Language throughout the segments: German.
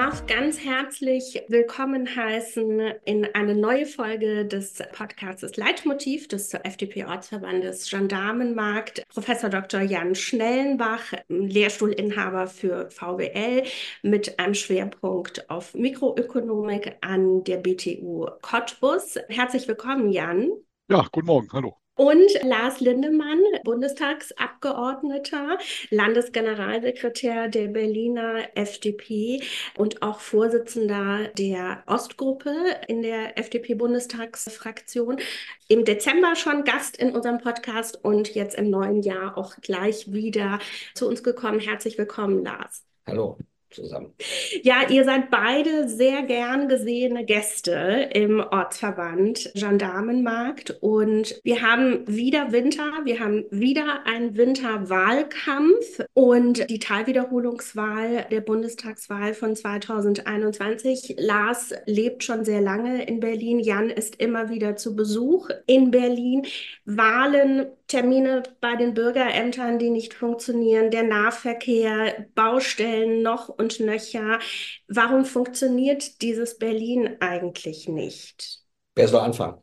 darf ganz herzlich willkommen heißen in eine neue Folge des Podcasts Leitmotiv des FDP-Ortsverbandes Gendarmenmarkt. Professor Dr. Jan Schnellenbach, Lehrstuhlinhaber für VWL mit einem Schwerpunkt auf Mikroökonomik an der BTU Cottbus. Herzlich willkommen, Jan. Ja, guten Morgen, hallo. Und Lars Lindemann, Bundestagsabgeordneter, Landesgeneralsekretär der Berliner FDP und auch Vorsitzender der Ostgruppe in der FDP-Bundestagsfraktion. Im Dezember schon Gast in unserem Podcast und jetzt im neuen Jahr auch gleich wieder zu uns gekommen. Herzlich willkommen, Lars. Hallo zusammen. Ja, ihr seid beide sehr gern gesehene Gäste im Ortsverband Gendarmenmarkt und wir haben wieder Winter, wir haben wieder einen Winterwahlkampf und die Teilwiederholungswahl der Bundestagswahl von 2021. Lars lebt schon sehr lange in Berlin, Jan ist immer wieder zu Besuch in Berlin. Wahlen, Termine bei den Bürgerämtern, die nicht funktionieren, der Nahverkehr, Baustellen noch und nöcher. Warum funktioniert dieses Berlin eigentlich nicht? Wer soll anfangen?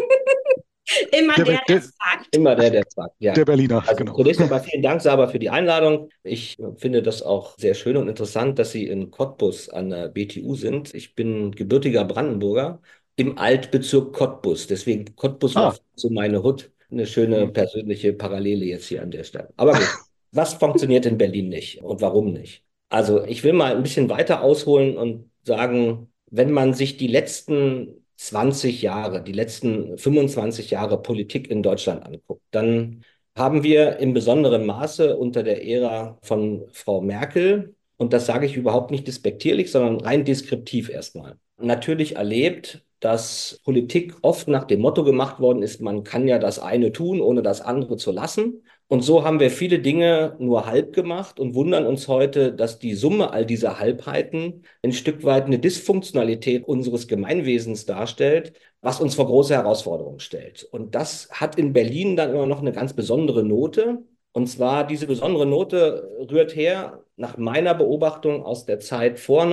Immer Der, der, der der, sagt. Immer der sagt, ja. der Berliner, Also genau. zunächst einmal vielen Dank, Saba, für die Einladung. Ich finde das auch sehr schön und interessant, dass Sie in Cottbus an der BTU sind. Ich bin gebürtiger Brandenburger im Altbezirk Cottbus. Deswegen Cottbus war Ah, so meine Hut. Eine schöne hm. persönliche Parallele jetzt hier an der Stelle. Aber gut, was funktioniert in Berlin nicht und warum nicht? Also ich will mal ein bisschen weiter ausholen und sagen, wenn man sich die letzten 20 Jahre, die letzten 25 Jahre Politik in Deutschland anguckt, dann haben wir in besonderem Maße unter der Ära von Frau Merkel, und das sage ich überhaupt nicht despektierlich, sondern rein deskriptiv erstmal, natürlich erlebt, dass Politik oft nach dem Motto gemacht worden ist, man kann ja das eine tun, ohne das andere zu lassen. Und so haben wir viele Dinge nur halb gemacht und wundern uns heute, dass die Summe all dieser Halbheiten ein Stück weit eine Dysfunktionalität unseres Gemeinwesens darstellt, was uns vor große Herausforderungen stellt. Und das hat in Berlin dann immer noch eine ganz besondere Note. Und zwar diese besondere Note rührt her, nach meiner Beobachtung, aus der Zeit vor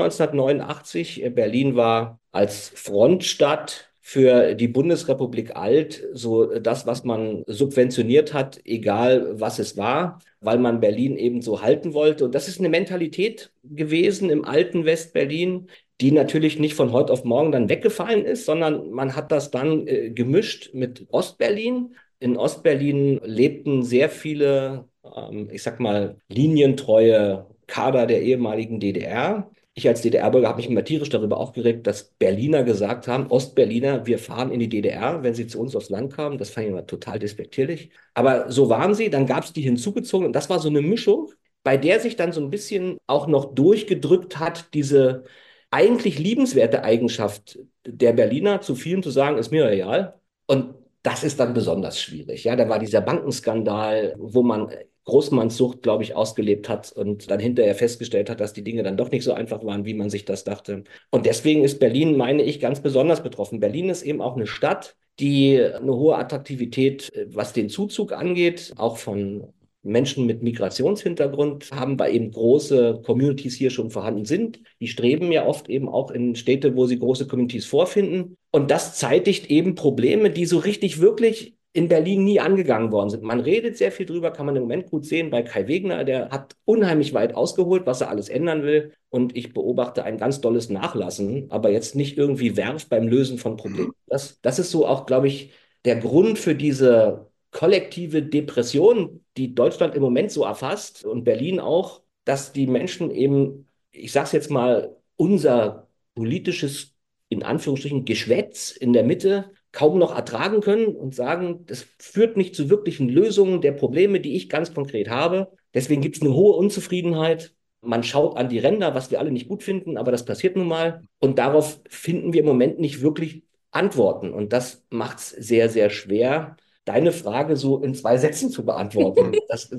1989. Berlin war als Frontstadt für die Bundesrepublik alt so das, was man subventioniert hat, egal was es war, weil man Berlin eben so halten wollte. Und das ist eine Mentalität gewesen im alten Westberlin, die natürlich nicht von heute auf morgen dann weggefallen ist, sondern man hat das dann gemischt mit Ostberlin. In Ostberlin lebten sehr viele, ich sag mal, linientreue Kader der ehemaligen DDR. Ich als DDR-Bürger habe mich immer tierisch darüber aufgeregt, dass Berliner gesagt haben, Ostberliner, wir fahren in die DDR, wenn sie zu uns aufs Land kamen. Das fand ich immer total despektierlich. Aber so waren sie, dann gab es die hinzugezogen und das war so eine Mischung, bei der sich dann so ein bisschen auch noch durchgedrückt hat, diese eigentlich liebenswerte Eigenschaft der Berliner, zu vielen zu sagen, ist mir egal. Und das ist dann besonders schwierig. Ja, da war dieser Bankenskandal, wo man Großmannssucht, glaube ich, ausgelebt hat und dann hinterher festgestellt hat, dass die Dinge dann doch nicht so einfach waren, wie man sich das dachte. Und deswegen ist Berlin, meine ich, ganz besonders betroffen. Berlin ist eben auch eine Stadt, die eine hohe Attraktivität, was den Zuzug angeht, auch von Menschen mit Migrationshintergrund haben, weil eben große Communities hier schon vorhanden sind. Die streben ja oft eben auch in Städte, wo sie große Communities vorfinden. Und das zeitigt eben Probleme, die so richtig wirklich in Berlin nie angegangen worden sind. Man redet sehr viel drüber, kann man im Moment gut sehen bei Kai Wegner, der hat unheimlich weit ausgeholt, was er alles ändern will. Und ich beobachte ein ganz dolles Nachlassen, aber jetzt nicht irgendwie Werf beim Lösen von Problemen. Das ist so auch, glaube ich, der Grund für diese kollektive Depression, die Deutschland im Moment so erfasst und Berlin auch, dass die Menschen eben, ich sage es jetzt mal, unser politisches, in Anführungsstrichen, Geschwätz in der Mitte kaum noch ertragen können und sagen, das führt nicht zu wirklichen Lösungen der Probleme, die ich ganz konkret habe. Deswegen gibt es eine hohe Unzufriedenheit. Man schaut an die Ränder, was wir alle nicht gut finden, aber das passiert nun mal. Und darauf finden wir im Moment nicht wirklich Antworten. Und das macht es sehr, sehr schwer, deine Frage so in zwei Sätzen zu beantworten.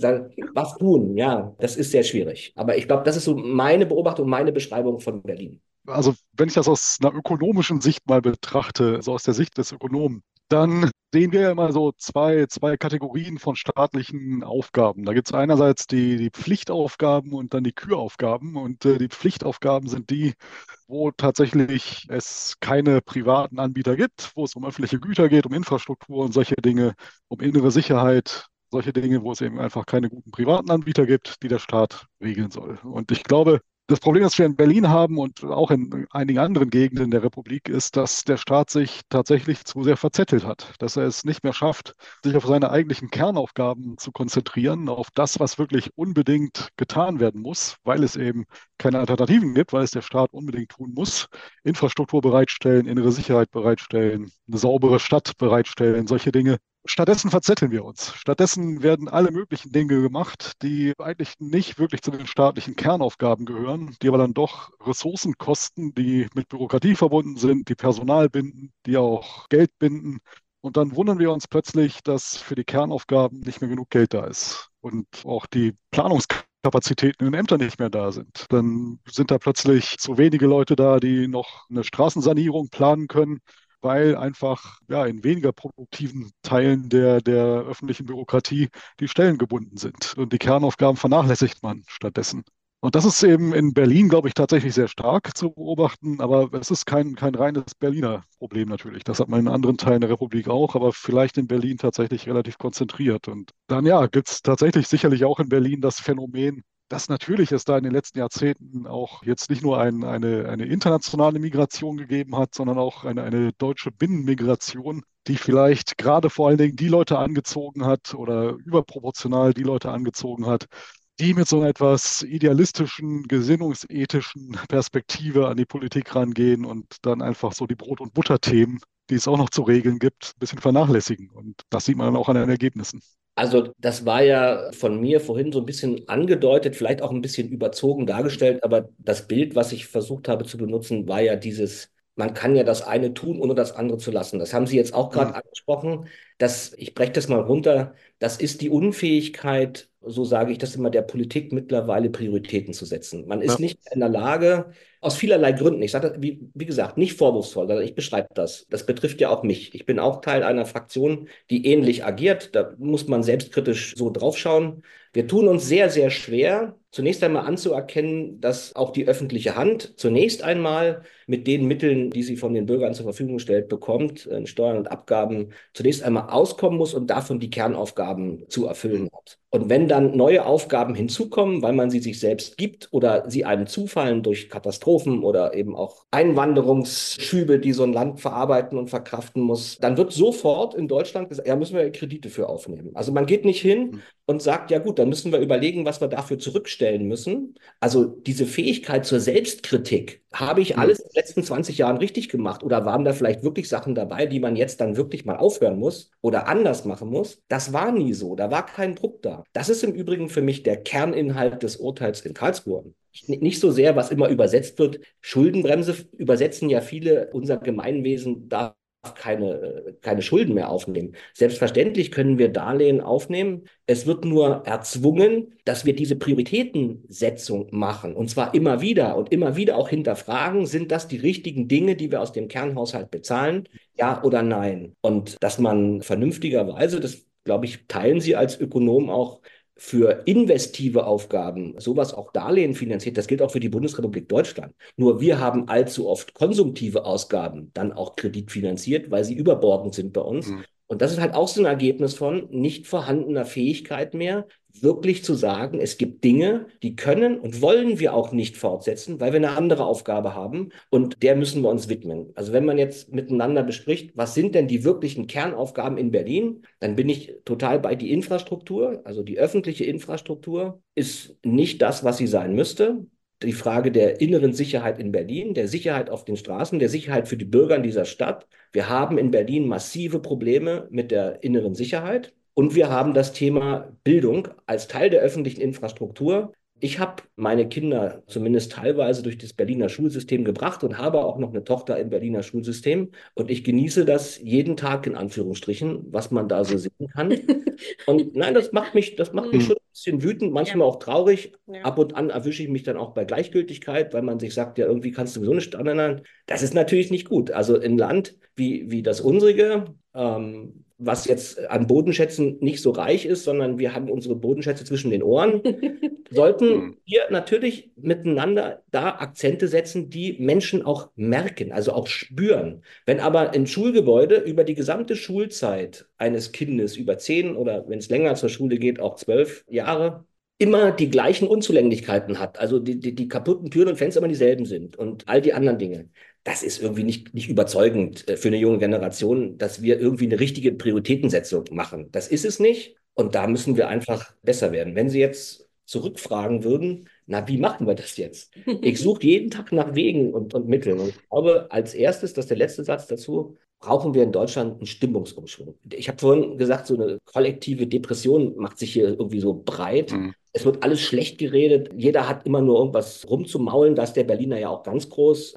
Was tun? Ja, das ist sehr schwierig. Aber ich glaube, das ist so meine Beobachtung, meine Beschreibung von Berlin. Also wenn ich das aus einer ökonomischen Sicht mal betrachte, so aus der Sicht des Ökonomen, dann sehen wir ja immer so zwei Kategorien von staatlichen Aufgaben. Da gibt es einerseits die Pflichtaufgaben und dann die Küraufgaben. Und die Pflichtaufgaben sind die, wo tatsächlich es keine privaten Anbieter gibt, wo es um öffentliche Güter geht, um Infrastruktur und solche Dinge, um innere Sicherheit, solche Dinge, wo es eben einfach keine guten privaten Anbieter gibt, die der Staat regeln soll. Und ich glaube, das Problem, das wir in Berlin haben und auch in einigen anderen Gegenden der Republik, ist, dass der Staat sich tatsächlich zu sehr verzettelt hat, dass er es nicht mehr schafft, sich auf seine eigentlichen Kernaufgaben zu konzentrieren, auf das, was wirklich unbedingt getan werden muss, weil es eben keine Alternativen gibt, weil es der Staat unbedingt tun muss. Infrastruktur bereitstellen, innere Sicherheit bereitstellen, eine saubere Stadt bereitstellen, solche Dinge. Stattdessen verzetteln wir uns. Stattdessen werden alle möglichen Dinge gemacht, die eigentlich nicht wirklich zu den staatlichen Kernaufgaben gehören, die aber dann doch Ressourcen kosten, die mit Bürokratie verbunden sind, die Personal binden, die auch Geld binden. Und dann wundern wir uns plötzlich, dass für die Kernaufgaben nicht mehr genug Geld da ist und auch die Planungskapazitäten in den Ämtern nicht mehr da sind. Dann sind da plötzlich zu wenige Leute da, die noch eine Straßensanierung planen können, weil einfach ja, in weniger produktiven Teilen der öffentlichen Bürokratie die Stellen gebunden sind. Und die Kernaufgaben vernachlässigt man stattdessen. Und das ist eben in Berlin, glaube ich, tatsächlich sehr stark zu beobachten, aber es ist kein reines Berliner Problem natürlich. Das hat man in anderen Teilen der Republik auch, aber vielleicht in Berlin tatsächlich relativ konzentriert. Und dann ja, gibt es tatsächlich sicherlich auch in Berlin das Phänomen, dass natürlich es da in den letzten Jahrzehnten auch jetzt nicht nur eine internationale Migration gegeben hat, sondern auch eine deutsche Binnenmigration, die vielleicht gerade vor allen Dingen die Leute angezogen hat oder überproportional die Leute angezogen hat, die mit so einer etwas idealistischen, gesinnungsethischen Perspektive an die Politik rangehen und dann einfach so die Brot- und Butterthemen, die es auch noch zu regeln gibt, ein bisschen vernachlässigen. Und das sieht man dann auch an den Ergebnissen. Also das war ja von mir vorhin so ein bisschen angedeutet, vielleicht auch ein bisschen überzogen dargestellt, aber das Bild, was ich versucht habe zu benutzen, war ja dieses, man kann ja das eine tun, ohne das andere zu lassen. Das haben Sie jetzt auch Hm, gerade angesprochen. Ich breche das mal runter. Das ist die Unfähigkeit, so sage ich das immer, der Politik mittlerweile Prioritäten zu setzen. Man ist ja, nicht in der Lage, aus vielerlei Gründen, ich sage das, wie gesagt, nicht vorwurfsvoll, sondern ich beschreibe das. Das betrifft ja auch mich. Ich bin auch Teil einer Fraktion, die ähnlich agiert. Da muss man selbstkritisch so draufschauen. Wir tun uns sehr, sehr schwer, zunächst einmal anzuerkennen, dass auch die öffentliche Hand zunächst einmal mit den Mitteln, die sie von den Bürgern zur Verfügung gestellt bekommt, Steuern und Abgaben, zunächst einmal auskommen muss und davon die Kernaufgaben zu hm, erfüllen hat. Und wenn dann neue Aufgaben hinzukommen, weil man sie sich selbst gibt oder sie einem zufallen durch Katastrophen oder eben auch Einwanderungsschübe, die so ein Land verarbeiten und verkraften muss, dann wird sofort in Deutschland gesagt, ja, müssen wir Kredite für aufnehmen. Also man geht nicht hin hm, und sagt, ja gut, dann müssen wir überlegen, was wir dafür zurückstellen müssen. Also diese Fähigkeit zur Selbstkritik, habe ich hm, alles in den letzten 20 Jahren richtig gemacht oder waren da vielleicht wirklich Sachen dabei, die man jetzt dann wirklich mal aufhören muss oder anders machen muss? Das war nie so, da war kein Druck da. Das ist im Übrigen für mich der Kerninhalt des Urteils in Karlsruhe. Nicht so sehr, was immer übersetzt wird. Schuldenbremse übersetzen ja viele, unser Gemeinwesen darf keine Schulden mehr aufnehmen. Selbstverständlich können wir Darlehen aufnehmen. Es wird nur erzwungen, dass wir diese Prioritätensetzung machen. Und zwar immer wieder auch hinterfragen, sind das die richtigen Dinge, die wir aus dem Kernhaushalt bezahlen? Ja oder nein? Und dass man vernünftigerweise, das glaube ich, teilen Sie als Ökonom auch, für investive Aufgaben sowas auch Darlehen finanziert, das gilt auch für die Bundesrepublik Deutschland. Nur wir haben allzu oft konsumtive Ausgaben dann auch kreditfinanziert, weil sie überbordend sind bei uns. hm. Und das ist halt auch so ein Ergebnis von nicht vorhandener Fähigkeit mehr, wirklich zu sagen, es gibt Dinge, die können und wollen wir auch nicht fortsetzen, weil wir eine andere Aufgabe haben und der müssen wir uns widmen. Also wenn man jetzt miteinander bespricht, was sind denn die wirklichen Kernaufgaben in Berlin, dann bin ich total bei die Infrastruktur, also die öffentliche Infrastruktur ist nicht das, was sie sein müsste. Die Frage der inneren Sicherheit in Berlin, der Sicherheit auf den Straßen, der Sicherheit für die Bürger in dieser Stadt. Wir haben in Berlin massive Probleme mit der inneren Sicherheit. Und wir haben das Thema Bildung als Teil der öffentlichen Infrastruktur. Ich habe meine Kinder zumindest teilweise durch das Berliner Schulsystem gebracht und habe auch noch eine Tochter im Berliner Schulsystem. Und ich genieße das jeden Tag in Anführungsstrichen, was man da so sehen kann. Und nein, das macht mich Hm. schon ein bisschen wütend, manchmal auch traurig. Ja. Ab und an erwische ich mich dann auch bei Gleichgültigkeit, weil man sich sagt, ja, irgendwie kannst du sowieso nicht ändern. Das ist natürlich nicht gut. Also ein Land wie das unsere, was jetzt an Bodenschätzen nicht so reich ist, sondern wir haben unsere Bodenschätze zwischen den Ohren, Hm. sollten wir natürlich miteinander da Akzente setzen, die Menschen auch merken, also auch spüren. Wenn aber ein Schulgebäude über die gesamte Schulzeit eines Kindes, über 10 oder wenn es länger zur Schule geht, auch 12 Jahre, immer die gleichen Unzulänglichkeiten hat, also die kaputten Türen und Fenster immer dieselben sind und all die anderen Dinge. Das ist irgendwie nicht überzeugend für eine junge Generation, dass wir irgendwie eine richtige Prioritätensetzung machen. Das ist es nicht. Und da müssen wir einfach besser werden. Wenn Sie jetzt zurückfragen würden, na, wie machen wir das jetzt? Ich suche jeden Tag nach Wegen und Mitteln. Und ich glaube, als erstes, das ist der letzte Satz dazu, brauchen wir in Deutschland einen Stimmungsumschwung. Ich habe vorhin gesagt, so eine kollektive Depression macht sich hier irgendwie so breit. Hm. Es wird alles schlecht geredet. Jeder hat immer nur irgendwas rumzumaulen. Da ist der Berliner ja auch ganz groß,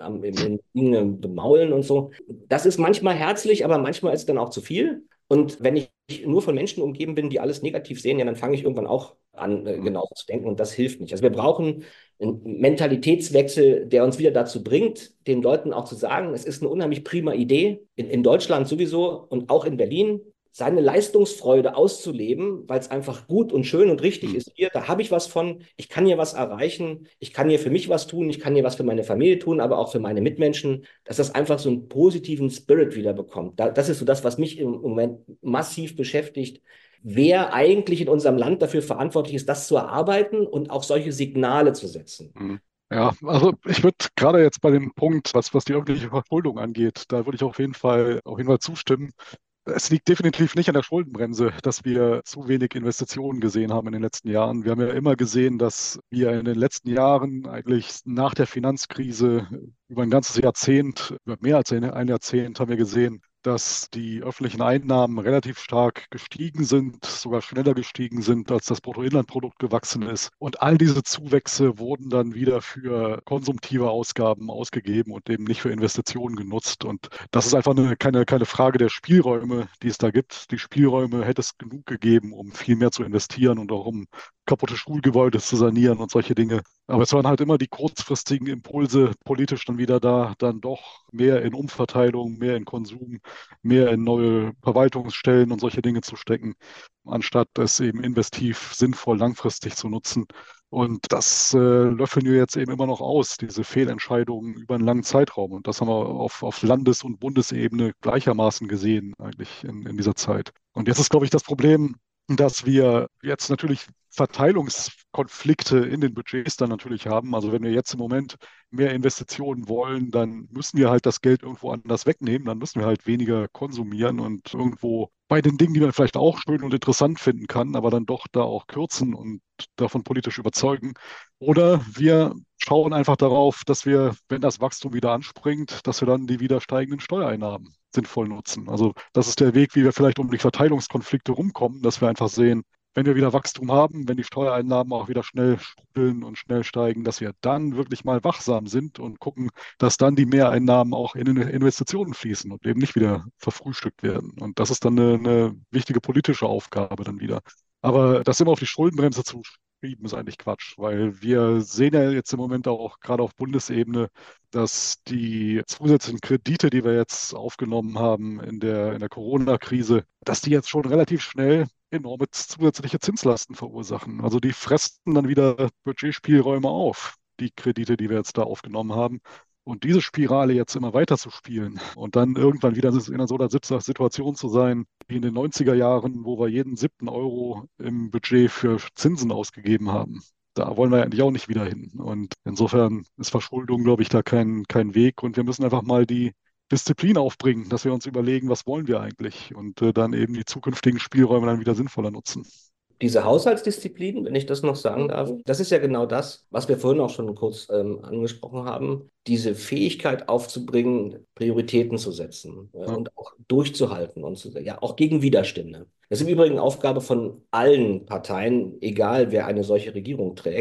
im Bemaulen und so. Das ist manchmal herzlich, aber manchmal ist es dann auch zu viel. Und wenn ich nur von Menschen umgeben bin, die alles negativ sehen, ja, dann fange ich irgendwann auch an, Hm. genauso zu denken. Und das hilft nicht. Also wir brauchen einen Mentalitätswechsel, der uns wieder dazu bringt, den Leuten auch zu sagen, es ist eine unheimlich prima Idee, in Deutschland sowieso und auch in Berlin, seine Leistungsfreude auszuleben, weil es einfach gut und schön und richtig Hm. ist hier. Da habe ich was von, ich kann hier was erreichen, ich kann hier für mich was tun, ich kann hier was für meine Familie tun, aber auch für meine Mitmenschen, dass das einfach so einen positiven Spirit wieder bekommt. Das ist so das, was mich im Moment massiv beschäftigt. Wer eigentlich in unserem Land dafür verantwortlich ist, das zu erarbeiten und auch solche Signale zu setzen. Hm. Ja, also ich würde gerade jetzt bei dem Punkt, was die öffentliche Verschuldung angeht, da würde ich auf jeden Fall zustimmen. Es liegt definitiv nicht an der Schuldenbremse, dass wir zu wenig Investitionen gesehen haben in den letzten Jahren. Wir haben ja immer gesehen, dass wir in den letzten Jahren eigentlich nach der Finanzkrise über ein ganzes Jahrzehnt, über mehr als ein Jahrzehnt haben wir gesehen, dass die öffentlichen Einnahmen relativ stark gestiegen sind, sogar schneller gestiegen sind, als das Bruttoinlandprodukt gewachsen ist. Und all diese Zuwächse wurden dann wieder für konsumtive Ausgaben ausgegeben und eben nicht für Investitionen genutzt. Und das ist einfach keine Frage der Spielräume, die es da gibt. Die Spielräume hätte es genug gegeben, um viel mehr zu investieren und auch um kaputte Schulgebäude zu sanieren und solche Dinge. Aber es waren halt immer die kurzfristigen Impulse politisch dann wieder da, dann doch mehr in Umverteilung, mehr in Konsum, mehr in neue Verwaltungsstellen und solche Dinge zu stecken, anstatt es eben investiv sinnvoll langfristig zu nutzen. Und das löffeln wir jetzt eben immer noch aus, diese Fehlentscheidungen über einen langen Zeitraum. Und das haben wir auf Landes- und Bundesebene gleichermaßen gesehen, eigentlich in dieser Zeit. Und jetzt ist, glaube ich, das Problem, dass wir jetzt natürlich Verteilungskonflikte in den Budgets dann natürlich haben. Also wenn wir jetzt im Moment mehr Investitionen wollen, dann müssen wir halt das Geld irgendwo anders wegnehmen, dann müssen wir halt weniger konsumieren und irgendwo bei den Dingen, die man vielleicht auch schön und interessant finden kann, aber dann doch da auch kürzen und davon politisch überzeugen. Oder wir schauen einfach darauf, dass wir, wenn das Wachstum wieder anspringt, dass wir dann die wieder steigenden Steuereinnahmen sinnvoll nutzen. Also das ist der Weg, wie wir vielleicht um die Verteilungskonflikte rumkommen, dass wir einfach sehen, wenn wir wieder Wachstum haben, wenn die Steuereinnahmen auch wieder schnell sprudeln und schnell steigen, dass wir dann wirklich mal wachsam sind und gucken, dass dann die Mehreinnahmen auch in Investitionen fließen und eben nicht wieder verfrühstückt werden. Und das ist dann eine wichtige politische Aufgabe dann wieder. Aber das immer auf die Schuldenbremse zu schieben, ist eigentlich Quatsch, weil wir sehen ja jetzt im Moment auch gerade auf Bundesebene, dass die zusätzlichen Kredite, die wir jetzt aufgenommen haben in der Corona-Krise, dass die jetzt schon relativ schnell enorme zusätzliche Zinslasten verursachen. Also die fressen dann wieder Budgetspielräume auf, die Kredite, die wir jetzt da aufgenommen haben. Und diese Spirale jetzt immer weiter zu spielen und dann irgendwann wieder in so einer Situation zu sein, wie in den 90er Jahren, wo wir jeden 7. Euro im Budget für Zinsen ausgegeben haben. Da wollen wir eigentlich auch nicht wieder hin. Und insofern ist Verschuldung, glaube ich, da kein Weg. Und wir müssen einfach mal die Disziplin aufbringen, dass wir uns überlegen, was wollen wir eigentlich und dann eben die zukünftigen Spielräume dann wieder sinnvoller nutzen. Diese Haushaltsdisziplin, wenn ich das noch sagen darf, das ist ja genau das, was wir vorhin auch schon kurz angesprochen haben, diese Fähigkeit aufzubringen, Prioritäten zu setzen Ja. und auch durchzuhalten und ja, auch gegen Widerstände. Das ist im Übrigen Aufgabe von allen Parteien, egal wer eine solche Regierung trägt,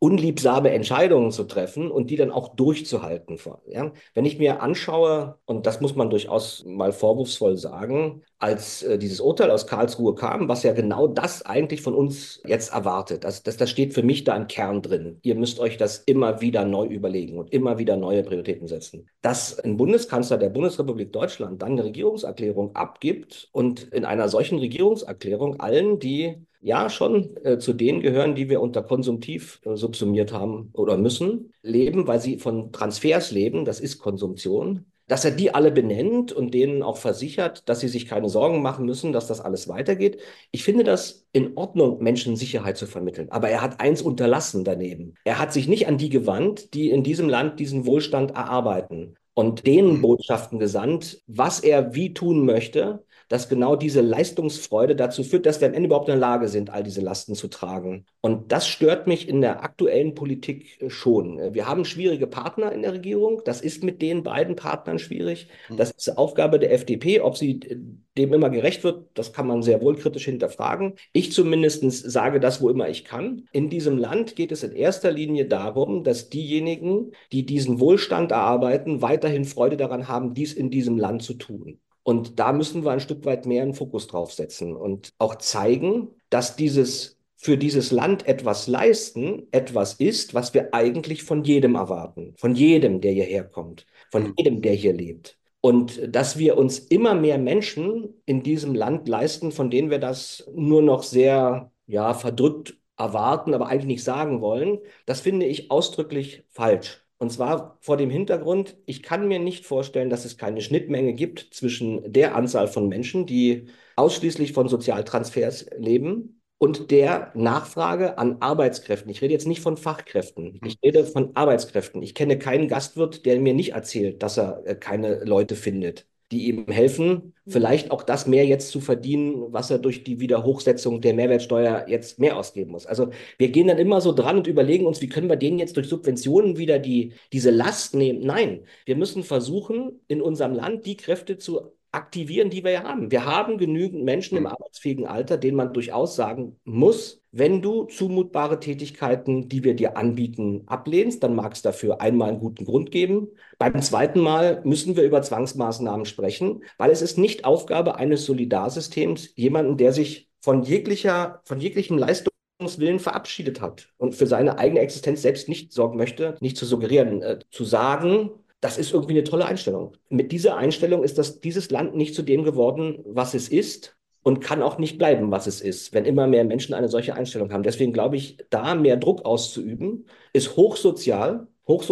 unliebsame Entscheidungen zu treffen und die dann auch durchzuhalten. Ja? Wenn ich mir anschaue, und das muss man durchaus mal vorwurfsvoll sagen, als dieses Urteil aus Karlsruhe kam, was ja genau das eigentlich von uns jetzt erwartet. Das steht für mich da im Kern drin. Ihr müsst euch das immer wieder neu überlegen und immer wieder neue Prioritäten setzen. Dass ein Bundeskanzler der Bundesrepublik Deutschland dann eine Regierungserklärung abgibt und in einer solchen Regierungserklärung allen, die ja schon zu denen gehören, die wir unter Konsumtiv subsumiert haben oder müssen, leben, weil sie von Transfers leben, das ist Konsumption, dass er die alle benennt und denen auch versichert, dass sie sich keine Sorgen machen müssen, dass das alles weitergeht. Ich finde das in Ordnung, Menschen Sicherheit zu vermitteln. Aber er hat eins unterlassen daneben. Er hat sich nicht an die gewandt, die in diesem Land diesen Wohlstand erarbeiten und denen Botschaften gesandt, was er wie tun möchte, dass genau diese Leistungsfreude dazu führt, dass wir am Ende überhaupt in der Lage sind, all diese Lasten zu tragen. Und das stört mich in der aktuellen Politik schon. Wir haben schwierige Partner in der Regierung. Das ist mit den beiden Partnern schwierig. Das ist Aufgabe der FDP. Ob sie dem immer gerecht wird, das kann man sehr wohl kritisch hinterfragen. Ich zumindest sage das, wo immer ich kann. In diesem Land geht es in erster Linie darum, dass diejenigen, die diesen Wohlstand erarbeiten, weiterhin Freude daran haben, dies in diesem Land zu tun. Und da müssen wir ein Stück weit mehr einen Fokus drauf setzen und auch zeigen, dass für dieses Land etwas leisten, etwas ist, was wir eigentlich von jedem erwarten, von jedem, der hierher kommt, von jedem, der hier lebt. Und dass wir uns immer mehr Menschen in diesem Land leisten, von denen wir das nur noch sehr, ja, verdrückt erwarten, aber eigentlich nicht sagen wollen, das finde ich ausdrücklich falsch. Und zwar vor dem Hintergrund, ich kann mir nicht vorstellen, dass es keine Schnittmenge gibt zwischen der Anzahl von Menschen, die ausschließlich von Sozialtransfers leben, und der Nachfrage an Arbeitskräften. Ich rede jetzt nicht von Fachkräften, ich rede von Arbeitskräften. Ich kenne keinen Gastwirt, der mir nicht erzählt, dass er keine Leute findet, die ihm helfen, vielleicht auch das mehr jetzt zu verdienen, was er durch die Wiederhochsetzung der Mehrwertsteuer jetzt mehr ausgeben muss. Also wir gehen dann immer so dran und überlegen uns, wie können wir denen jetzt durch Subventionen wieder diese Last nehmen? Nein, wir müssen versuchen, in unserem Land die Kräfte zu aktivieren, die wir ja haben. Wir haben genügend Menschen im arbeitsfähigen Alter, denen man durchaus sagen muss, wenn du zumutbare Tätigkeiten, die wir dir anbieten, ablehnst, dann mag es dafür einmal einen guten Grund geben. Beim zweiten Mal müssen wir über Zwangsmaßnahmen sprechen, weil es ist nicht Aufgabe eines Solidarsystems, jemanden, der sich von jeglichem Leistungswillen verabschiedet hat und für seine eigene Existenz selbst nicht sorgen möchte, nicht zu suggerieren, zu sagen, das ist irgendwie eine tolle Einstellung. Mit dieser Einstellung ist dieses Land nicht zu dem geworden, was es ist und kann auch nicht bleiben, was es ist, wenn immer mehr Menschen eine solche Einstellung haben. Deswegen glaube ich, da mehr Druck auszuüben, ist hochsozial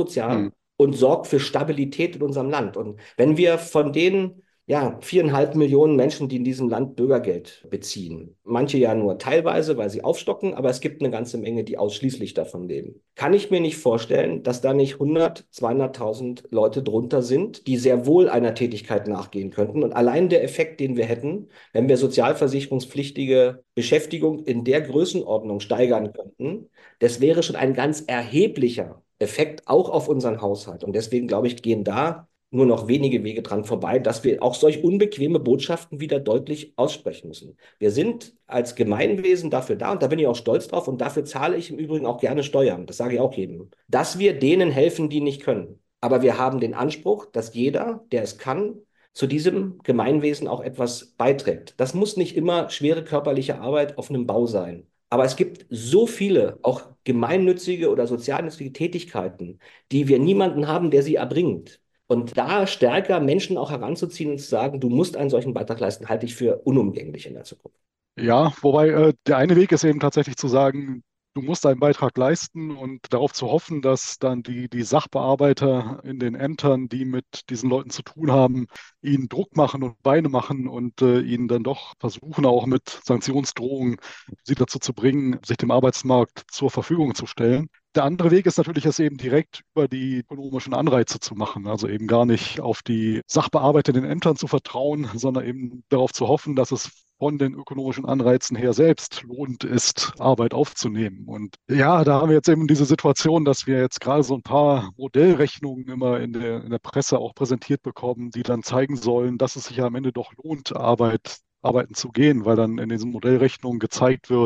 und sorgt für Stabilität in unserem Land. Und wenn wir von den 4,5 Millionen Menschen, die in diesem Land Bürgergeld beziehen. Manche ja nur teilweise, weil sie aufstocken, aber es gibt eine ganze Menge, die ausschließlich davon leben. Kann ich mir nicht vorstellen, dass da nicht 100.000, 200.000 Leute drunter sind, die sehr wohl einer Tätigkeit nachgehen könnten. Und allein der Effekt, den wir hätten, wenn wir sozialversicherungspflichtige Beschäftigung in der Größenordnung steigern könnten, das wäre schon ein ganz erheblicher Effekt auch auf unseren Haushalt. Und deswegen, glaube ich, gehen da nur noch wenige Wege dran vorbei, dass wir auch solch unbequeme Botschaften wieder deutlich aussprechen müssen. Wir sind als Gemeinwesen dafür da, und da bin ich auch stolz drauf, und dafür zahle ich im Übrigen auch gerne Steuern, das sage ich auch jedem, dass wir denen helfen, die nicht können. Aber wir haben den Anspruch, dass jeder, der es kann, zu diesem Gemeinwesen auch etwas beiträgt. Das muss nicht immer schwere körperliche Arbeit auf einem Bau sein. Aber es gibt so viele, auch gemeinnützige oder sozialnützige Tätigkeiten, die wir niemanden haben, der sie erbringt. Und da stärker Menschen auch heranzuziehen und zu sagen, du musst einen solchen Beitrag leisten, halte ich für unumgänglich in der Zukunft. Ja, wobei der eine Weg ist eben tatsächlich zu sagen, du musst einen Beitrag leisten und darauf zu hoffen, dass dann die Sachbearbeiter in den Ämtern, die mit diesen Leuten zu tun haben, ihnen Druck machen und Beine machen und ihnen dann doch versuchen, auch mit Sanktionsdrohungen sie dazu zu bringen, sich dem Arbeitsmarkt zur Verfügung zu stellen. Der andere Weg ist natürlich, es eben direkt über die ökonomischen Anreize zu machen. Also eben gar nicht auf die Sachbearbeiter in den Ämtern zu vertrauen, sondern eben darauf zu hoffen, dass es von den ökonomischen Anreizen her selbst lohnend ist, Arbeit aufzunehmen. Und ja, da haben wir jetzt eben diese Situation, dass wir jetzt gerade so ein paar Modellrechnungen immer in der Presse auch präsentiert bekommen, die dann zeigen sollen, dass es sich ja am Ende doch lohnt, arbeiten zu gehen, weil dann in diesen Modellrechnungen gezeigt wird,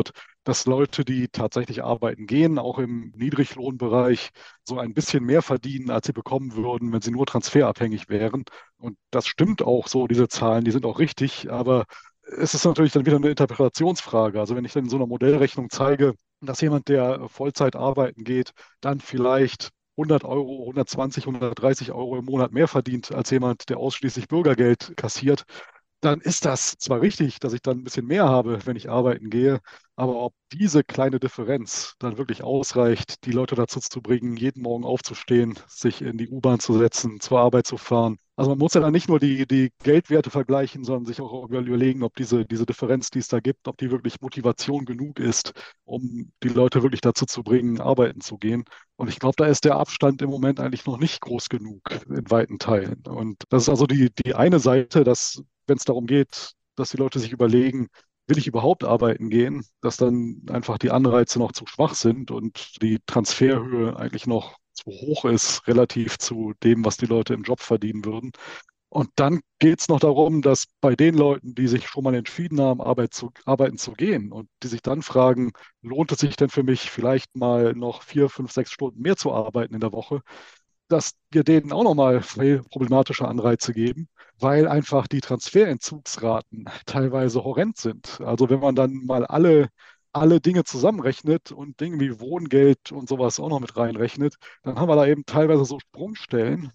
dass Leute, die tatsächlich arbeiten gehen, auch im Niedriglohnbereich, so ein bisschen mehr verdienen, als sie bekommen würden, wenn sie nur transferabhängig wären. Und das stimmt auch so, diese Zahlen, die sind auch richtig, aber es ist natürlich dann wieder eine Interpretationsfrage. Also wenn ich dann in so einer Modellrechnung zeige, dass jemand, der Vollzeit arbeiten geht, dann vielleicht 100 Euro, 120, 130 Euro im Monat mehr verdient als jemand, der ausschließlich Bürgergeld kassiert, dann ist das zwar richtig, dass ich dann ein bisschen mehr habe, wenn ich arbeiten gehe, aber ob diese kleine Differenz dann wirklich ausreicht, die Leute dazu zu bringen, jeden Morgen aufzustehen, sich in die U-Bahn zu setzen, zur Arbeit zu fahren. Also man muss ja dann nicht nur die Geldwerte vergleichen, sondern sich auch überlegen, ob diese Differenz, die es da gibt, ob die wirklich Motivation genug ist, um die Leute wirklich dazu zu bringen, arbeiten zu gehen. Und ich glaube, da ist der Abstand im Moment eigentlich noch nicht groß genug in weiten Teilen. Und das ist also die eine Seite, dass wenn es darum geht, dass die Leute sich überlegen, will ich überhaupt arbeiten gehen, dass dann einfach die Anreize noch zu schwach sind und die Transferhöhe eigentlich noch zu hoch ist relativ zu dem, was die Leute im Job verdienen würden. Und dann geht es noch darum, dass bei den Leuten, die sich schon mal entschieden haben, arbeiten zu gehen und die sich dann fragen, lohnt es sich denn für mich vielleicht mal noch 4, 5, 6 Stunden mehr zu arbeiten in der Woche, dass wir denen auch nochmal problematische Anreize geben, weil einfach die Transferentzugsraten teilweise horrend sind. Also wenn man dann mal alle Dinge zusammenrechnet und Dinge wie Wohngeld und sowas auch noch mit reinrechnet, dann haben wir da eben teilweise so Sprungstellen,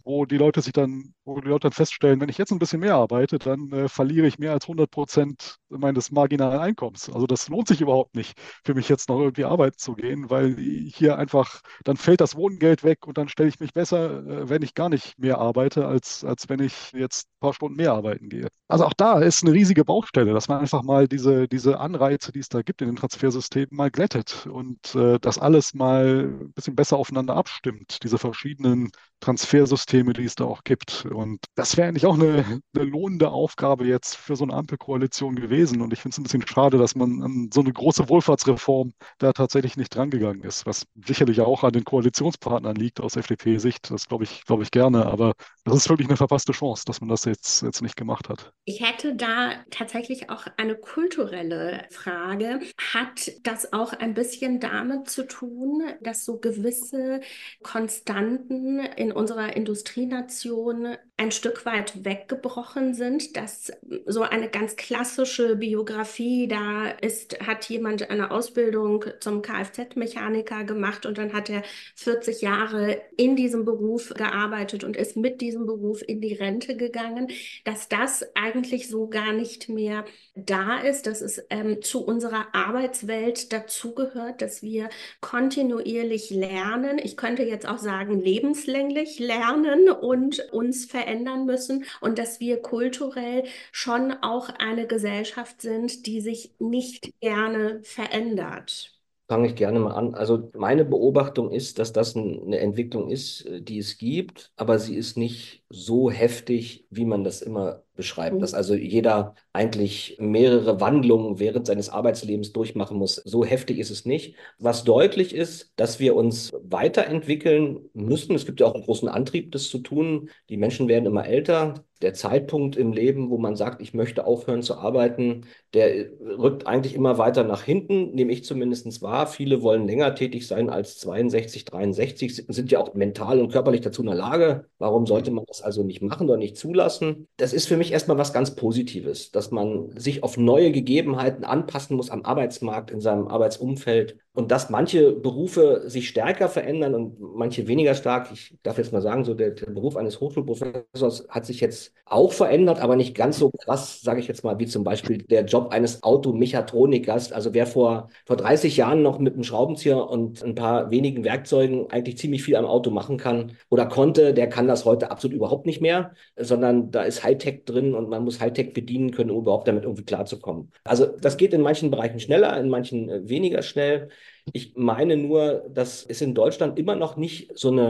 wo die Leute dann feststellen, wenn ich jetzt ein bisschen mehr arbeite, dann verliere ich mehr als 100% meines marginalen Einkommens. Also das lohnt sich überhaupt nicht für mich jetzt noch irgendwie arbeiten zu gehen, weil hier einfach, dann fällt das Wohngeld weg und dann stelle ich mich besser, wenn ich gar nicht mehr arbeite, als wenn ich jetzt ein paar Stunden mehr arbeiten gehe. Also auch da ist eine riesige Baustelle, dass man einfach mal diese Anreize, die es da gibt in den Transfersystemen, mal glättet und das alles mal ein bisschen besser aufeinander abstimmt, diese verschiedenen Transfersysteme, die es da auch gibt. Und das wäre eigentlich auch eine lohnende Aufgabe jetzt für so eine Ampelkoalition gewesen. Und ich finde es ein bisschen schade, dass man an so eine große Wohlfahrtsreform da tatsächlich nicht drangegangen ist, was sicherlich auch an den Koalitionspartnern liegt aus FDP-Sicht. Das glaube ich gerne. Aber das ist wirklich eine verpasste Chance, dass man das jetzt nicht gemacht hat. Ich hätte da tatsächlich auch eine kulturelle Frage. Hat das auch ein bisschen damit zu tun, dass so gewisse Konstanten in unserer Industrienation ein Stück weit weggebrochen sind, dass so eine ganz klassische Biografie, da hat jemand eine Ausbildung zum Kfz-Mechaniker gemacht und dann hat er 40 Jahre in diesem Beruf gearbeitet und ist mit diesem Beruf in die Rente gegangen, dass das eigentlich so gar nicht mehr da ist, dass es zu unserer Arbeitswelt dazugehört, dass wir kontinuierlich lernen. Ich könnte jetzt auch sagen, lebenslänglich lernen und uns verändern müssen und dass wir kulturell schon auch eine Gesellschaft sind, die sich nicht gerne verändert. Fange ich gerne mal an. Also meine Beobachtung ist, dass das eine Entwicklung ist, die es gibt, aber sie ist nicht so heftig, wie man das immer beschreibt. Dass also jeder eigentlich mehrere Wandlungen während seines Arbeitslebens durchmachen muss. So heftig ist es nicht. Was deutlich ist, dass wir uns weiterentwickeln müssen. Es gibt ja auch einen großen Antrieb, das zu tun. Die Menschen werden immer älter. Der Zeitpunkt im Leben, wo man sagt, ich möchte aufhören zu arbeiten, der rückt eigentlich immer weiter nach hinten, nehme ich zumindest wahr. Viele wollen länger tätig sein als 62, 63, sind ja auch mental und körperlich dazu in der Lage. Warum sollte man das also nicht machen oder nicht zulassen? Das ist für mich erstmal was ganz Positives, dass man sich auf neue Gegebenheiten anpassen muss am Arbeitsmarkt, in seinem Arbeitsumfeld und dass manche Berufe sich stärker verändern und manche weniger stark. Ich darf jetzt mal sagen, so der Beruf eines Hochschulprofessors hat sich jetzt auch verändert, aber nicht ganz so krass, sage ich jetzt mal, wie zum Beispiel der Job eines Automechatronikers. Also wer vor 30 Jahren noch mit einem Schraubenzieher und ein paar wenigen Werkzeugen eigentlich ziemlich viel am Auto machen kann oder konnte, der kann das heute absolut überhaupt nicht mehr, sondern da ist Hightech drin und man muss Hightech bedienen können, um überhaupt damit irgendwie klarzukommen. Also das geht in manchen Bereichen schneller, in manchen weniger schnell. Ich meine nur, dass es in Deutschland immer noch nicht so eine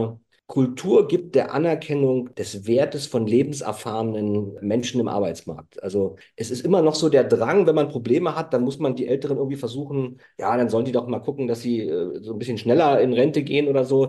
Kultur gibt der Anerkennung des Wertes von lebenserfahrenen Menschen im Arbeitsmarkt. Also es ist immer noch so der Drang, wenn man Probleme hat, dann muss man die Älteren irgendwie versuchen, ja, dann sollen die doch mal gucken, dass sie so ein bisschen schneller in Rente gehen oder so.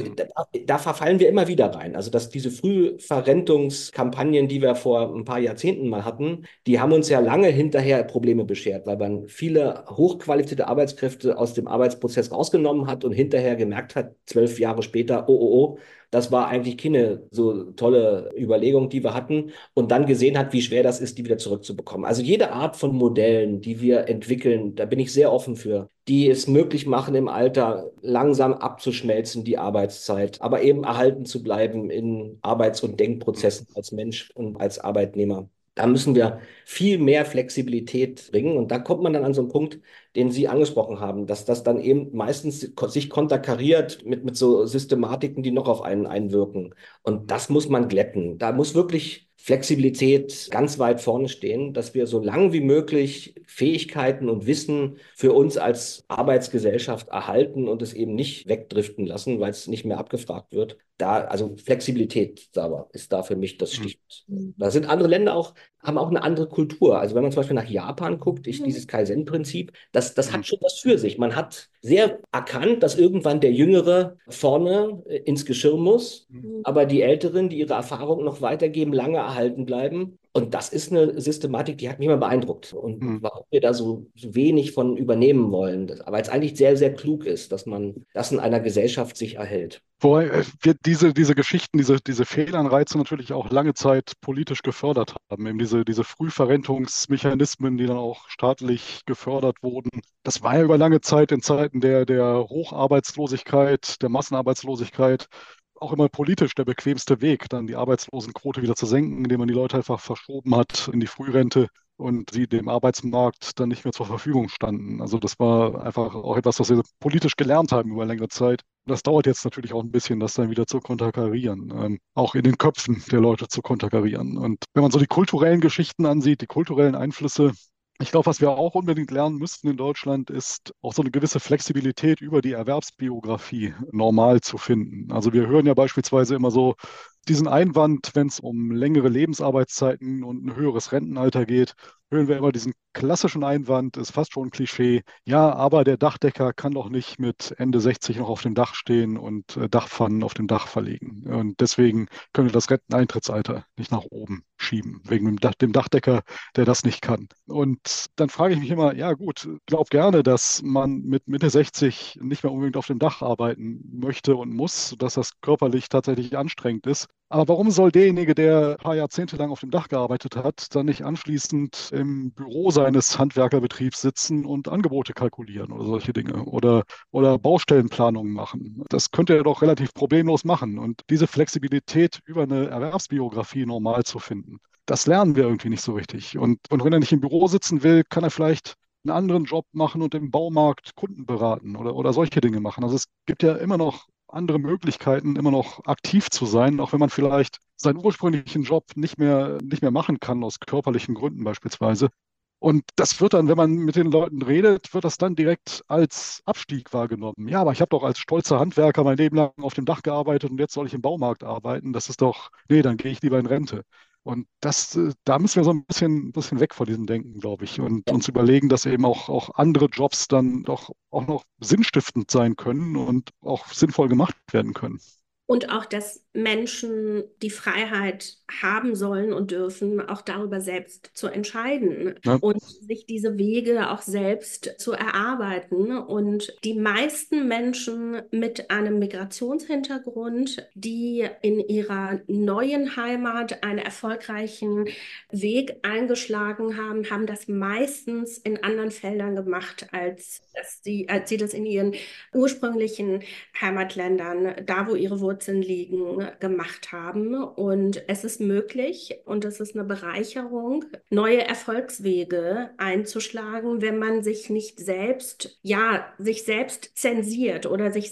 Da verfallen wir immer wieder rein. Also dass diese Frühverrentungskampagnen, die wir vor ein paar Jahrzehnten mal hatten, die haben uns ja lange hinterher Probleme beschert, weil man viele hochqualifizierte Arbeitskräfte aus dem Arbeitsprozess rausgenommen hat und hinterher gemerkt hat, 12 Jahre später, oh, das war eigentlich keine so tolle Überlegung, die wir hatten und dann gesehen hat, wie schwer das ist, die wieder zurückzubekommen. Also jede Art von Modellen, die wir entwickeln, da bin ich sehr offen für, die es möglich machen, im Alter langsam abzuschmelzen, die Arbeitszeit, aber eben erhalten zu bleiben in Arbeits- und Denkprozessen als Mensch und als Arbeitnehmer. Da müssen wir viel mehr Flexibilität bringen. Und da kommt man dann an so einen Punkt, den Sie angesprochen haben, dass das dann eben meistens sich konterkariert mit so Systematiken, die noch auf einen einwirken. Und das muss man glätten. Da muss wirklich Flexibilität ganz weit vorne stehen, dass wir so lang wie möglich Fähigkeiten und Wissen für uns als Arbeitsgesellschaft erhalten und es eben nicht wegdriften lassen, weil es nicht mehr abgefragt wird. Also Flexibilität ist da für mich das Stichwort. Da sind andere Länder haben auch eine andere Kultur. Also wenn man zum Beispiel nach Japan guckt, dieses Kaizen-Prinzip, das hat schon was für sich. Man hat sehr erkannt, dass irgendwann der Jüngere vorne ins Geschirr muss, aber die Älteren, die ihre Erfahrung noch weitergeben, lange erhalten bleiben. Und das ist eine Systematik, die hat mich immer beeindruckt. Und warum wir da so wenig von übernehmen wollen. Aber es eigentlich sehr, sehr klug ist, dass man das in einer Gesellschaft sich erhält. Wobei wir diese Geschichten, diese Fehlanreize natürlich auch lange Zeit politisch gefördert haben. Eben diese Frühverrentungsmechanismen, die dann auch staatlich gefördert wurden. Das war ja über lange Zeit in Zeiten der Hocharbeitslosigkeit, der Massenarbeitslosigkeit auch immer politisch der bequemste Weg, dann die Arbeitslosenquote wieder zu senken, indem man die Leute einfach verschoben hat in die Frührente und sie dem Arbeitsmarkt dann nicht mehr zur Verfügung standen. Also das war einfach auch etwas, was wir politisch gelernt haben über längere Zeit. Das dauert jetzt natürlich auch ein bisschen, das dann wieder zu konterkarieren, auch in den Köpfen der Leute zu konterkarieren. Und wenn man so die kulturellen Geschichten ansieht, die kulturellen Einflüsse, ich glaube, was wir auch unbedingt lernen müssten in Deutschland, ist auch so eine gewisse Flexibilität über die Erwerbsbiografie normal zu finden. Also wir hören ja beispielsweise immer so diesen Einwand, wenn es um längere Lebensarbeitszeiten und ein höheres Rentenalter geht, hören wir immer diesen klassischen Einwand, ist fast schon ein Klischee. Ja, aber der Dachdecker kann doch nicht mit Ende 60 noch auf dem Dach stehen und Dachpfannen auf dem Dach verlegen. Und deswegen können wir das Renteneintrittsalter nicht nach oben schieben, wegen dem Dachdecker, der das nicht kann. Und dann frage ich mich immer, ja gut, glaub gerne, dass man mit Mitte 60 nicht mehr unbedingt auf dem Dach arbeiten möchte und muss, dass das körperlich tatsächlich anstrengend ist. Aber warum soll derjenige, der ein paar Jahrzehnte lang auf dem Dach gearbeitet hat, dann nicht anschließend im Büro seines Handwerkerbetriebs sitzen und Angebote kalkulieren oder solche Dinge oder Baustellenplanungen machen? Das könnte er doch relativ problemlos machen. Und diese Flexibilität über eine Erwerbsbiografie normal zu finden, das lernen wir irgendwie nicht so richtig. Und wenn er nicht im Büro sitzen will, kann er vielleicht einen anderen Job machen und im Baumarkt Kunden beraten oder solche Dinge machen. Also es gibt ja immer noch andere Möglichkeiten, immer noch aktiv zu sein, auch wenn man vielleicht seinen ursprünglichen Job nicht mehr machen kann, aus körperlichen Gründen beispielsweise. Und das wird dann, wenn man mit den Leuten redet, wird das dann direkt als Abstieg wahrgenommen. Ja, aber ich habe doch als stolzer Handwerker mein Leben lang auf dem Dach gearbeitet und jetzt soll ich im Baumarkt arbeiten. Das ist doch, nee, dann gehe ich lieber in Rente. Und da müssen wir so ein bisschen weg von diesem Denken, glaube ich, und uns überlegen, dass eben auch andere Jobs dann doch auch noch sinnstiftend sein können und auch sinnvoll gemacht werden können. Und auch, dass Menschen die Freiheit haben sollen und dürfen, auch darüber selbst zu entscheiden Ne? und sich diese Wege auch selbst zu erarbeiten. Und die meisten Menschen mit einem Migrationshintergrund, die in ihrer neuen Heimat einen erfolgreichen Weg eingeschlagen haben, haben das meistens in anderen Feldern gemacht, als sie das in ihren ursprünglichen Heimatländern, da wo ihre Wurzeln liegen, gemacht haben. Und es ist möglich und es ist eine Bereicherung, neue Erfolgswege einzuschlagen, wenn man sich nicht selbst, ja, sich selbst zensiert oder sich Hm. selbst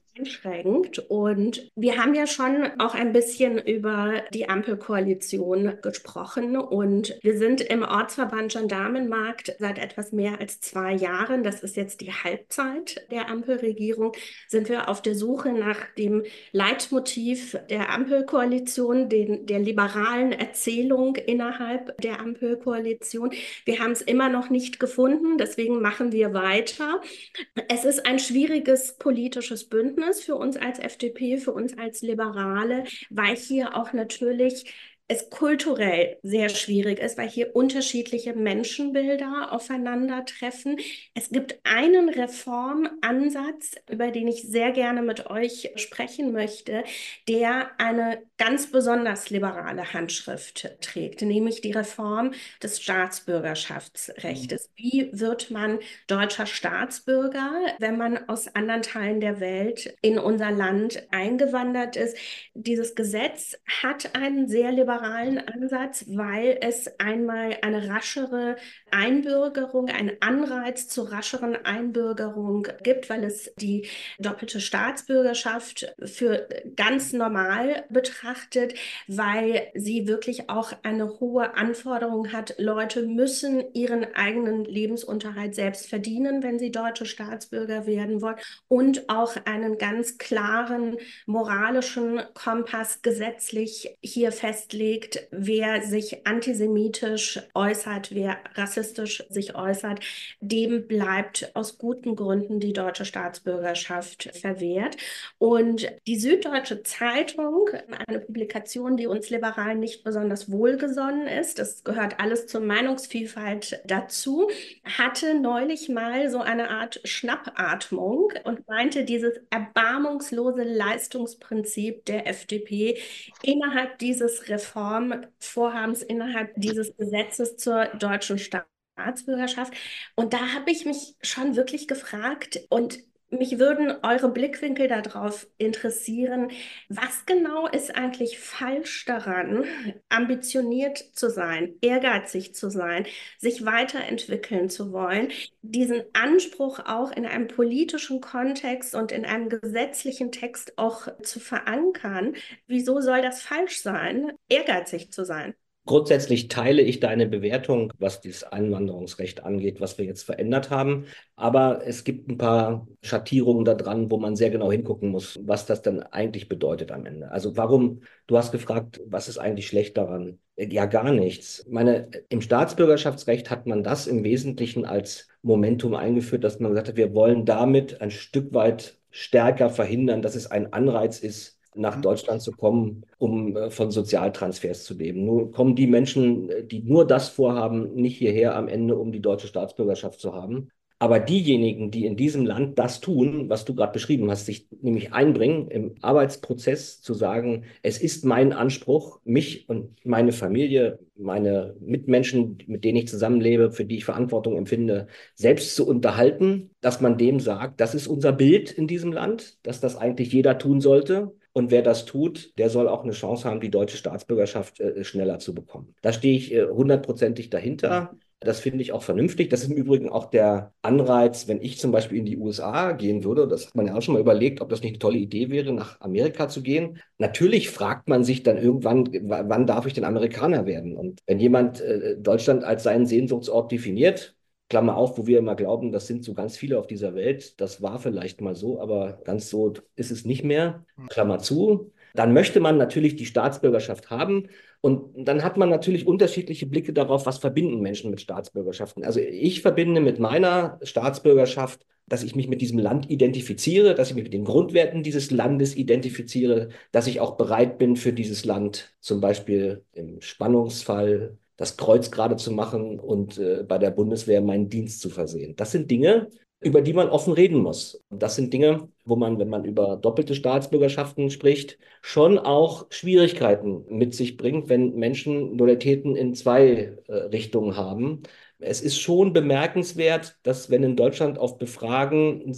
einschränkt. Und wir haben ja schon auch ein bisschen über die Ampelkoalition gesprochen und wir sind im Ortsverband Gendarmenmarkt seit etwas mehr als 2 Jahren. Das ist jetzt die Halbzeit der Ampelregierung. Sind wir auf der Suche nach dem Leitmotiv der Ampelkoalition, der liberalen Erzählung innerhalb der Ampelkoalition. Wir haben es immer noch nicht gefunden, deswegen machen wir weiter. Es ist ein schwieriges politisches Bündnis für uns als FDP, für uns als Liberale, weil hier auch natürlich es kulturell sehr schwierig ist, weil hier unterschiedliche Menschenbilder aufeinandertreffen. Es gibt einen Reformansatz, über den ich sehr gerne mit euch sprechen möchte, der eine ganz besonders liberale Handschrift trägt, nämlich die Reform des Staatsbürgerschaftsrechts. Wie wird man deutscher Staatsbürger, wenn man aus anderen Teilen der Welt in unser Land eingewandert ist? Dieses Gesetz hat einen sehr liberalen Ansatz, weil es einmal eine raschere Einbürgerung, einen Anreiz zur rascheren Einbürgerung gibt, weil es die doppelte Staatsbürgerschaft für ganz normal betrachtet, weil sie wirklich auch eine hohe Anforderung hat. Leute müssen ihren eigenen Lebensunterhalt selbst verdienen, wenn sie deutsche Staatsbürger werden wollen und auch einen ganz klaren moralischen Kompass gesetzlich hier festlegt, wer sich antisemitisch äußert, wer rassistisch sich äußert, dem bleibt aus guten Gründen die deutsche Staatsbürgerschaft verwehrt. Und die Süddeutsche Zeitung, eine Publikation, die uns Liberalen nicht besonders wohlgesonnen ist, das gehört alles zur Meinungsvielfalt dazu, hatte neulich mal so eine Art Schnappatmung und meinte, dieses erbarmungslose Leistungsprinzip der FDP innerhalb dieses Reformvorhabens, innerhalb dieses Gesetzes zur deutschen Staatsbürgerschaft. Und da habe ich mich schon wirklich gefragt und mich würden eure Blickwinkel darauf interessieren. Was genau ist eigentlich falsch daran, ambitioniert zu sein, ehrgeizig zu sein, sich weiterentwickeln zu wollen, diesen Anspruch auch in einem politischen Kontext und in einem gesetzlichen Text auch zu verankern? Wieso soll das falsch sein, ehrgeizig zu sein? Grundsätzlich teile ich deine Bewertung, was dieses Einwanderungsrecht angeht, was wir jetzt verändert haben. Aber es gibt ein paar Schattierungen da dran, wo man sehr genau hingucken muss, was das dann eigentlich bedeutet am Ende. Also warum, du hast gefragt, was ist eigentlich schlecht daran? Ja, gar nichts. Ich meine, im Staatsbürgerschaftsrecht hat man das im Wesentlichen als Momentum eingeführt, dass man gesagt hat, wir wollen damit ein Stück weit stärker verhindern, dass es ein Anreiz ist, nach Deutschland zu kommen, um von Sozialtransfers zu leben. Nur kommen die Menschen, die nur das vorhaben, nicht hierher am Ende, um die deutsche Staatsbürgerschaft zu haben. Aber diejenigen, die in diesem Land das tun, was du gerade beschrieben hast, sich nämlich einbringen, im Arbeitsprozess zu sagen, es ist mein Anspruch, mich und meine Familie, meine Mitmenschen, mit denen ich zusammenlebe, für die ich Verantwortung empfinde, selbst zu unterhalten, dass man dem sagt, das ist unser Bild in diesem Land, dass das eigentlich jeder tun sollte. Und wer das tut, der soll auch eine Chance haben, die deutsche Staatsbürgerschaft schneller zu bekommen. Da stehe ich hundertprozentig dahinter. Das finde ich auch vernünftig. Das ist im Übrigen auch der Anreiz, wenn ich zum Beispiel in die USA gehen würde. Das hat man ja auch schon mal überlegt, ob das nicht eine tolle Idee wäre, nach Amerika zu gehen. Natürlich fragt man sich dann irgendwann, wann darf ich denn Amerikaner werden? Und wenn jemand Deutschland als seinen Sehnsuchtsort definiert, Klammer auf, wo wir immer glauben, das sind so ganz viele auf dieser Welt. Das war vielleicht mal so, aber ganz so ist es nicht mehr. Klammer zu. Dann möchte man natürlich die Staatsbürgerschaft haben. Und dann hat man natürlich unterschiedliche Blicke darauf, was verbinden Menschen mit Staatsbürgerschaften. Also ich verbinde mit meiner Staatsbürgerschaft, dass ich mich mit diesem Land identifiziere, dass ich mich mit den Grundwerten dieses Landes identifiziere, dass ich auch bereit bin, für dieses Land zum Beispiel im Spannungsfall das Kreuz gerade zu machen und bei der Bundeswehr meinen Dienst zu versehen. Das sind Dinge, über die man offen reden muss. Und das sind Dinge, wo man, wenn man über doppelte Staatsbürgerschaften spricht, schon auch Schwierigkeiten mit sich bringt, wenn Menschen Loyalitäten in zwei Richtungen haben. Es ist schon bemerkenswert, dass wenn in Deutschland auf Befragen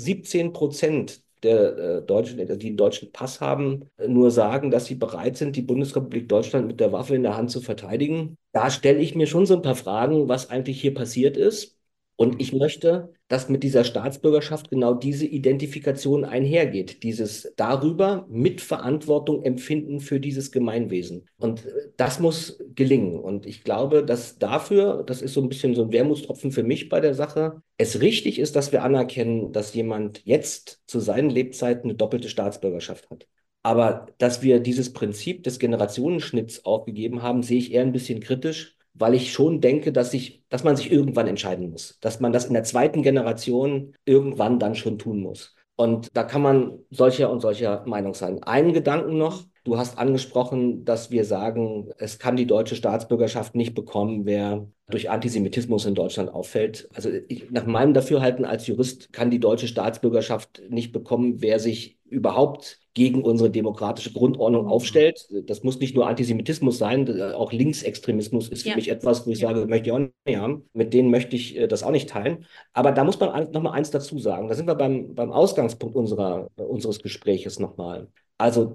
17% der Deutschen, die einen deutschen Pass haben, nur sagen, dass sie bereit sind, die Bundesrepublik Deutschland mit der Waffe in der Hand zu verteidigen. Da stelle ich mir schon so ein paar Fragen, was eigentlich hier passiert ist. Und ich möchte, dass mit dieser Staatsbürgerschaft genau diese Identifikation einhergeht, dieses darüber Mitverantwortung empfinden für dieses Gemeinwesen. Und das muss gelingen. Und ich glaube, dass dafür, das ist so ein bisschen so ein Wermutstropfen für mich bei der Sache, es richtig ist, dass wir anerkennen, dass jemand jetzt zu seinen Lebzeiten eine doppelte Staatsbürgerschaft hat. Aber dass wir dieses Prinzip des Generationenschnitts aufgegeben haben, sehe ich eher ein bisschen kritisch, weil ich schon denke, dass man sich irgendwann entscheiden muss, dass man das in der zweiten Generation irgendwann dann schon tun muss. Und da kann man solcher und solcher Meinung sein. Einen Gedanken noch. Du hast angesprochen, dass wir sagen, es kann die deutsche Staatsbürgerschaft nicht bekommen, wer durch Antisemitismus in Deutschland auffällt. Also nach meinem Dafürhalten als Jurist kann die deutsche Staatsbürgerschaft nicht bekommen, wer sich überhaupt gegen unsere demokratische Grundordnung aufstellt. Das muss nicht nur Antisemitismus sein, auch Linksextremismus ist für mich etwas, wo ich sage, möchte ich auch nicht haben. Mit denen möchte ich das auch nicht teilen. Aber da muss man noch mal eins dazu sagen. Da sind wir beim Ausgangspunkt unseres Gespräches nochmal. Also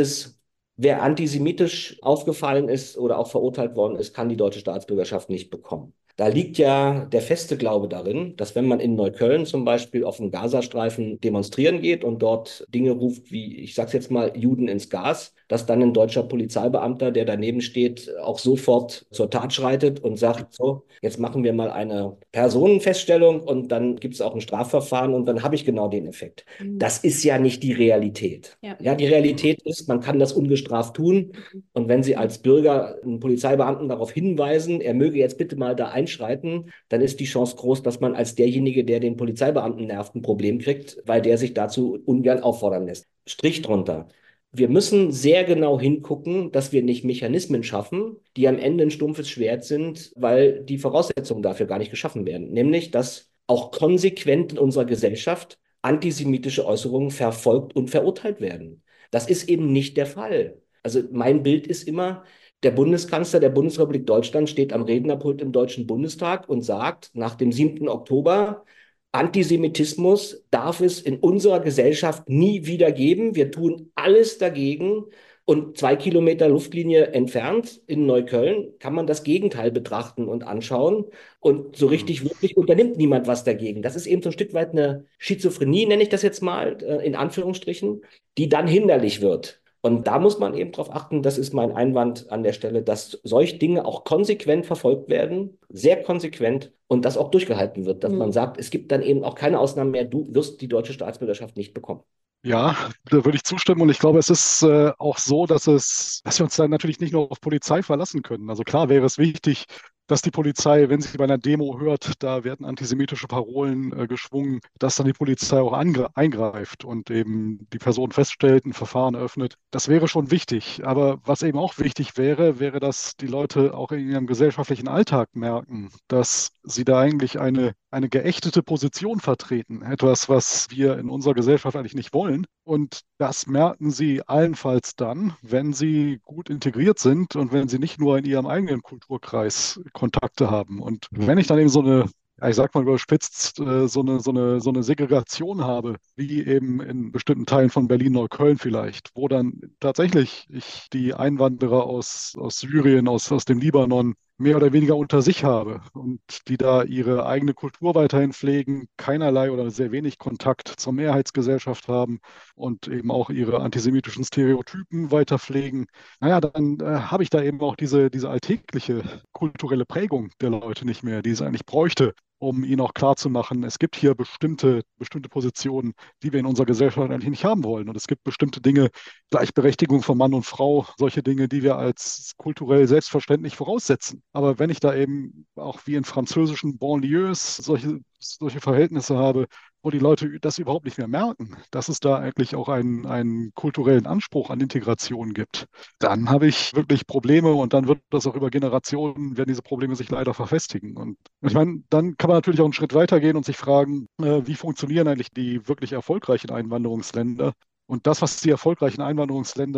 wer antisemitisch aufgefallen ist oder auch verurteilt worden ist, kann die deutsche Staatsbürgerschaft nicht bekommen. Da liegt ja der feste Glaube darin, dass wenn man in Neukölln zum Beispiel auf dem Gazastreifen demonstrieren geht und dort Dinge ruft wie, ich sag's jetzt mal, Juden ins Gas, dass dann ein deutscher Polizeibeamter, der daneben steht, auch sofort zur Tat schreitet und sagt, so, jetzt machen wir mal eine Personenfeststellung und dann gibt es auch ein Strafverfahren und dann habe ich genau den Effekt. Das ist ja nicht die Realität. Ja, die Realität ist, man kann das ungestraft tun und wenn Sie als Bürger einen Polizeibeamten darauf hinweisen, er möge jetzt bitte mal da einschreiten, dann ist die Chance groß, dass man als derjenige, der den Polizeibeamten nervt, ein Problem kriegt, weil der sich dazu ungern auffordern lässt. Strich drunter. Wir müssen sehr genau hingucken, dass wir nicht Mechanismen schaffen, die am Ende ein stumpfes Schwert sind, weil die Voraussetzungen dafür gar nicht geschaffen werden. Nämlich, dass auch konsequent in unserer Gesellschaft antisemitische Äußerungen verfolgt und verurteilt werden. Das ist eben nicht der Fall. Also mein Bild ist immer, der Bundeskanzler der Bundesrepublik Deutschland steht am Rednerpult im Deutschen Bundestag und sagt nach dem 7. Oktober, Antisemitismus darf es in unserer Gesellschaft nie wieder geben. Wir tun alles dagegen. Und 2 Kilometer Luftlinie entfernt in Neukölln kann man das Gegenteil betrachten und anschauen. Und so richtig wirklich unternimmt niemand was dagegen. Das ist eben so ein Stück weit eine Schizophrenie, nenne ich das jetzt mal, in Anführungsstrichen, die dann hinderlich wird. Und da muss man eben darauf achten, das ist mein Einwand an der Stelle, dass solche Dinge auch konsequent verfolgt werden, sehr konsequent und das auch durchgehalten wird, dass man sagt, es gibt dann eben auch keine Ausnahmen mehr, du wirst die deutsche Staatsbürgerschaft nicht bekommen. Ja, da würde ich zustimmen und ich glaube, es ist auch so, dass wir uns dann natürlich nicht nur auf Polizei verlassen können. Also klar wäre es wichtig, dass die Polizei, wenn sie bei einer Demo hört, da werden antisemitische Parolen geschwungen, dass dann die Polizei auch eingreift und eben die Person feststellt, ein Verfahren eröffnet. Das wäre schon wichtig. Aber was eben auch wichtig wäre, dass die Leute auch in ihrem gesellschaftlichen Alltag merken, dass sie da eigentlich eine geächtete Position vertreten. Etwas, was wir in unserer Gesellschaft eigentlich nicht wollen. Und das merken sie allenfalls dann, wenn sie gut integriert sind und wenn sie nicht nur in ihrem eigenen Kulturkreis Kontakte haben. Und wenn ich dann eben ja, ich sag mal überspitzt, so eine Segregation habe, wie eben in bestimmten Teilen von Berlin-Neukölln vielleicht, wo dann tatsächlich ich die Einwanderer aus Syrien, aus dem Libanon mehr oder weniger unter sich habe und die da ihre eigene Kultur weiterhin pflegen, keinerlei oder sehr wenig Kontakt zur Mehrheitsgesellschaft haben und eben auch ihre antisemitischen Stereotypen weiter pflegen, naja, dann habe ich da eben auch diese alltägliche kulturelle Prägung der Leute nicht mehr, die es eigentlich bräuchte, um ihnen auch klarzumachen, es gibt hier bestimmte Positionen, die wir in unserer Gesellschaft eigentlich nicht haben wollen. Und es gibt bestimmte Dinge, Gleichberechtigung von Mann und Frau, solche Dinge, die wir als kulturell selbstverständlich voraussetzen. Aber wenn ich da eben auch wie in französischen Banlieues solche Verhältnisse habe, wo die Leute das überhaupt nicht mehr merken, dass es da eigentlich auch einen kulturellen Anspruch an Integration gibt, dann habe ich wirklich Probleme und dann wird das auch über Generationen, werden diese Probleme sich leider verfestigen. Und ich meine, dann kann man natürlich auch einen Schritt weitergehen und sich fragen, wie funktionieren eigentlich die wirklich erfolgreichen Einwanderungsländer? Und das, was die erfolgreichen Einwanderungsländer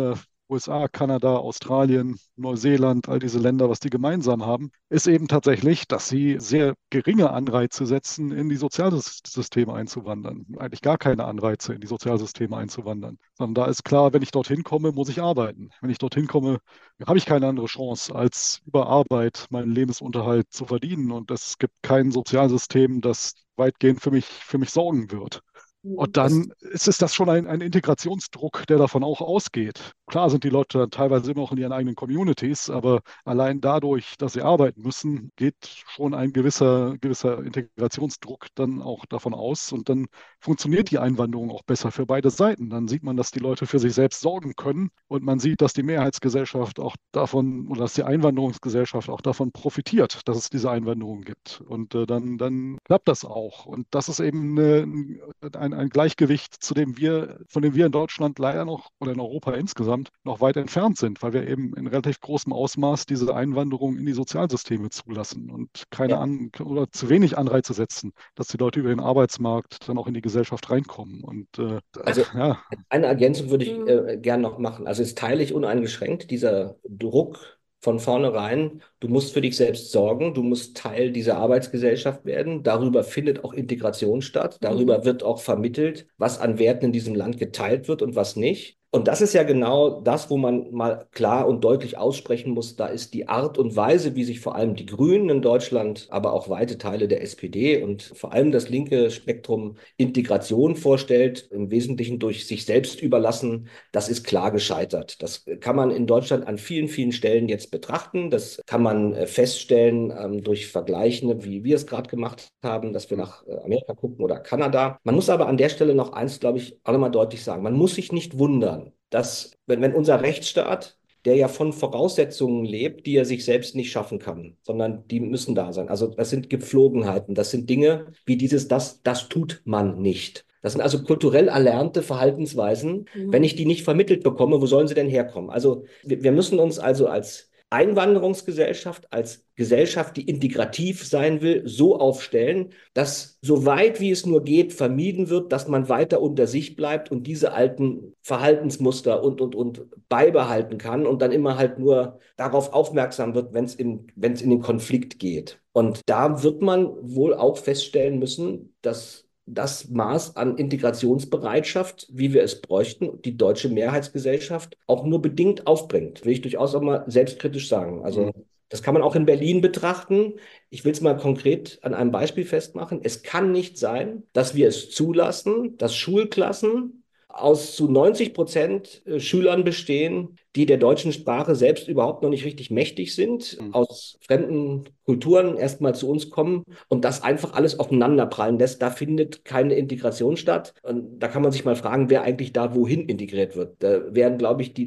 USA, Kanada, Australien, Neuseeland, all diese Länder, was die gemeinsam haben, ist eben tatsächlich, dass sie sehr geringe Anreize setzen, in die Sozialsysteme einzuwandern. Eigentlich gar keine Anreize, in die Sozialsysteme einzuwandern. Sondern da ist klar, wenn ich dorthin komme, muss ich arbeiten. Wenn ich dorthin komme, habe ich keine andere Chance, als über Arbeit meinen Lebensunterhalt zu verdienen. Und es gibt kein Sozialsystem, das weitgehend für mich sorgen wird. Und Das, dann ist das schon ein Integrationsdruck, der davon auch ausgeht. Klar sind die Leute dann teilweise immer noch in ihren eigenen Communities, aber allein dadurch, dass sie arbeiten müssen, geht schon ein gewisser Integrationsdruck dann auch davon aus. Und dann funktioniert die Einwanderung auch besser für beide Seiten. Dann sieht man, dass die Leute für sich selbst sorgen können und man sieht, dass die Mehrheitsgesellschaft auch davon oder dass die Einwanderungsgesellschaft auch davon profitiert, dass es diese Einwanderung gibt. Und dann klappt das auch. Und das ist eben ein Gleichgewicht, von dem wir in Deutschland leider noch oder in Europa insgesamt noch weit entfernt sind, weil wir eben in relativ großem Ausmaß diese Einwanderung in die Sozialsysteme zulassen und ja. oder zu wenig Anreize setzen, dass die Leute über den Arbeitsmarkt dann auch in die Gesellschaft reinkommen. Und Also ja, eine Ergänzung würde ich gern noch machen. Also es teile ich uneingeschränkt, dieser Druck von vornherein, du musst für dich selbst sorgen, du musst Teil dieser Arbeitsgesellschaft werden. Darüber findet auch Integration statt. Darüber wird auch vermittelt, was an Werten in diesem Land geteilt wird und was nicht. Und das ist ja genau das, wo man mal klar und deutlich aussprechen muss, da ist die Art und Weise, wie sich vor allem die Grünen in Deutschland, aber auch weite Teile der SPD und vor allem das linke Spektrum Integration vorstellt, im Wesentlichen durch sich selbst überlassen, das ist klar gescheitert. Das kann man in Deutschland an vielen, vielen Stellen jetzt betrachten. Das kann man feststellen durch Vergleiche, wie wir es gerade gemacht haben, dass wir nach Amerika gucken oder Kanada. Man muss aber an der Stelle noch eins, glaube ich, auch nochmal deutlich sagen. Man muss sich nicht wundern, dass, wenn unser Rechtsstaat, der ja von Voraussetzungen lebt, die er sich selbst nicht schaffen kann, sondern die müssen da sein. Also das sind Gepflogenheiten, das sind Dinge wie das tut man nicht. Das sind also kulturell erlernte Verhaltensweisen. Wenn ich die nicht vermittelt bekomme, wo sollen sie denn herkommen? Also wir müssen uns also als Einwanderungsgesellschaft, als Gesellschaft, die integrativ sein will, so aufstellen, dass so weit wie es nur geht, vermieden wird, dass man weiter unter sich bleibt und diese alten Verhaltensmuster und beibehalten kann und dann immer halt nur darauf aufmerksam wird, wenn es in den Konflikt geht. Und da wird man wohl auch feststellen müssen, dass das Maß an Integrationsbereitschaft, wie wir es bräuchten, die deutsche Mehrheitsgesellschaft auch nur bedingt aufbringt. Will ich durchaus auch mal selbstkritisch sagen. Also das kann man auch in Berlin betrachten. Ich will es mal konkret an einem Beispiel festmachen. Es kann nicht sein, dass wir es zulassen, dass Schulklassen aus zu 90% Schülern bestehen, die der deutschen Sprache selbst überhaupt noch nicht richtig mächtig sind, aus fremden Kulturen erstmal zu uns kommen und das einfach alles aufeinanderprallen lässt. Da findet keine Integration statt. Und da kann man sich mal fragen, wer eigentlich da wohin integriert wird. Da wären, glaube ich,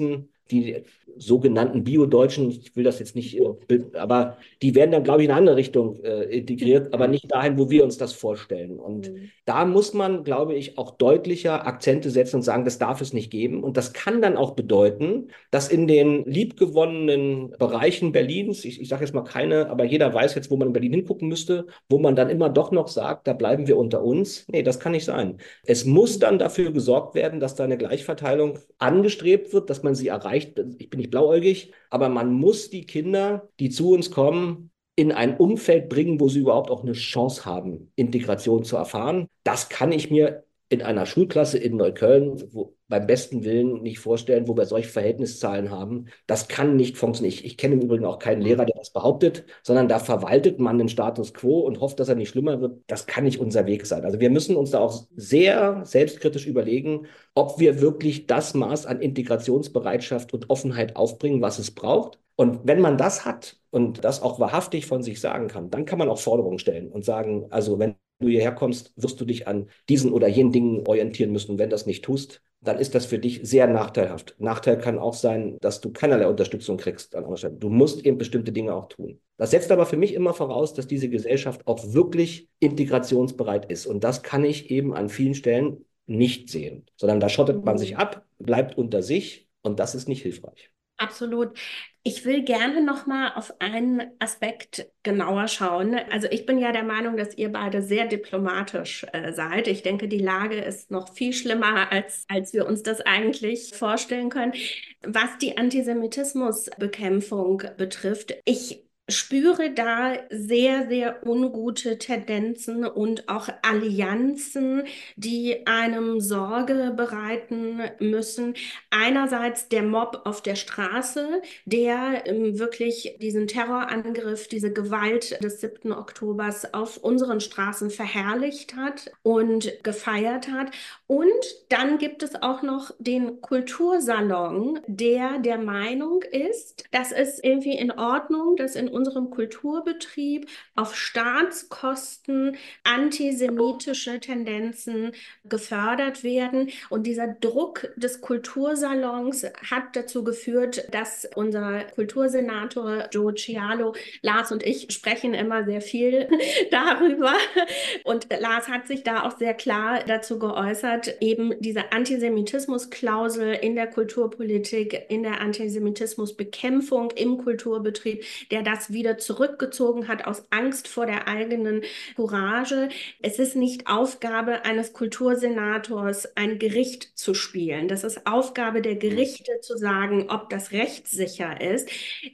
die sogenannten Bio-Deutschen, ich will das jetzt nicht, aber die werden dann, glaube ich, in eine andere Richtung integriert, aber nicht dahin, wo wir uns das vorstellen. Und da muss man, glaube ich, auch deutlicher Akzente setzen und sagen, das darf es nicht geben. Und das kann dann auch bedeuten, dass in den liebgewonnenen Bereichen Berlins, ich sage jetzt mal keine, aber jeder weiß jetzt, wo man in Berlin hingucken müsste, wo man dann immer doch noch sagt, da bleiben wir unter uns. Nee, das kann nicht sein. Es muss dann dafür gesorgt werden, dass da eine Gleichverteilung angestrebt wird, dass man sie erreicht. Ich bin nicht blauäugig, aber man muss die Kinder, die zu uns kommen, in ein Umfeld bringen, wo sie überhaupt auch eine Chance haben, Integration zu erfahren. Das kann ich mir in einer Schulklasse in Neukölln beim besten Willen nicht vorstellen, wo wir solche Verhältniszahlen haben. Das kann nicht funktionieren. Ich kenne im Übrigen auch keinen Lehrer, der das behauptet, sondern da verwaltet man den Status quo und hofft, dass er nicht schlimmer wird. Das kann nicht unser Weg sein. Also wir müssen uns da auch sehr selbstkritisch überlegen, ob wir wirklich das Maß an Integrationsbereitschaft und Offenheit aufbringen, was es braucht. Und wenn man das hat und das auch wahrhaftig von sich sagen kann, dann kann man auch Forderungen stellen und sagen, also wenn du hierher kommst, wirst du dich an diesen oder jenen Dingen orientieren müssen. Und wenn das nicht tust, dann ist das für dich sehr nachteilhaft. Nachteil kann auch sein, dass du keinerlei Unterstützung kriegst an anderer Stelle. Du musst eben bestimmte Dinge auch tun. Das setzt aber für mich immer voraus, dass diese Gesellschaft auch wirklich integrationsbereit ist. Und das kann ich eben an vielen Stellen nicht sehen, sondern da schottet man sich ab, bleibt unter sich und das ist nicht hilfreich. Absolut. Ich will gerne noch mal auf einen Aspekt genauer schauen. Also ich bin ja der Meinung, dass ihr beide sehr diplomatisch seid. Ich denke, die Lage ist noch viel schlimmer, als wir uns das eigentlich vorstellen können. Was die Antisemitismusbekämpfung betrifft, ich spüre da sehr, sehr ungute Tendenzen und auch Allianzen, die einem Sorge bereiten müssen. Einerseits der Mob auf der Straße, der wirklich diesen Terrorangriff, diese Gewalt des 7. Oktobers auf unseren Straßen verherrlicht hat und gefeiert hat. Und dann gibt es auch noch den Kultursalon, der der Meinung ist, dass es irgendwie in Ordnung, dass in unserem Kulturbetrieb auf Staatskosten antisemitische Tendenzen gefördert werden. Und dieser Druck des Kultursalons hat dazu geführt, dass unser Kultursenator Joe Cialo, Lars und ich sprechen immer sehr viel darüber. Und Lars hat sich da auch sehr klar dazu geäußert, eben diese Antisemitismusklausel in der Kulturpolitik, in der Antisemitismusbekämpfung im Kulturbetrieb, der das wieder zurückgezogen hat aus Angst vor der eigenen Courage. Es ist nicht Aufgabe eines Kultursenators, ein Gericht zu spielen. Das ist Aufgabe der Gerichte zu sagen, ob das rechtssicher ist.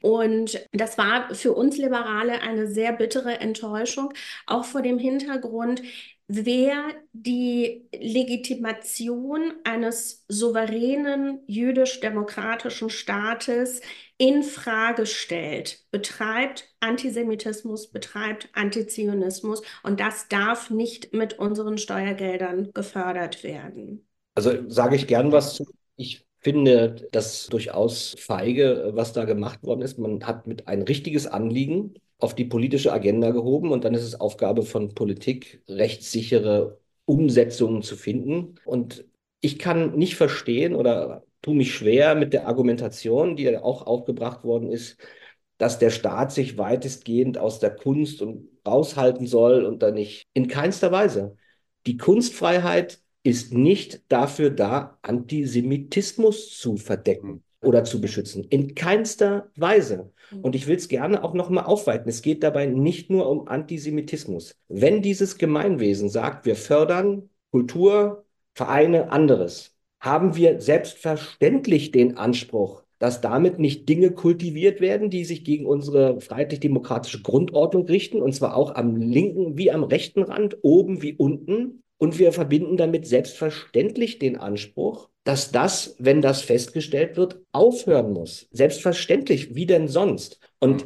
Und das war für uns Liberale eine sehr bittere Enttäuschung, auch vor dem Hintergrund, wer die Legitimation eines souveränen jüdisch-demokratischen Staates in Frage stellt, betreibt Antisemitismus, betreibt Antizionismus und das darf nicht mit unseren Steuergeldern gefördert werden. Also sage ich gern was zu. Ich finde das durchaus feige, was da gemacht worden ist. Man hat mit ein richtiges Anliegen auf die politische Agenda gehoben und dann ist es Aufgabe von Politik, rechtssichere Umsetzungen zu finden. Und ich kann nicht verstehen oder tue mich schwer mit der Argumentation, die ja auch aufgebracht worden ist, dass der Staat sich weitestgehend aus der Kunst und raushalten soll und dann nicht. In keinster Weise. Die Kunstfreiheit ist nicht dafür da, Antisemitismus zu verdecken oder zu beschützen. In keinster Weise. Und ich will es gerne auch nochmal aufweiten. Es geht dabei nicht nur um Antisemitismus. Wenn dieses Gemeinwesen sagt, wir fördern Kultur, Vereine, anderes, haben wir selbstverständlich den Anspruch, dass damit nicht Dinge kultiviert werden, die sich gegen unsere freiheitlich-demokratische Grundordnung richten, und zwar auch am linken wie am rechten Rand, oben wie unten. Und wir verbinden damit selbstverständlich den Anspruch, dass das, wenn das festgestellt wird, aufhören muss. Selbstverständlich, wie denn sonst? Und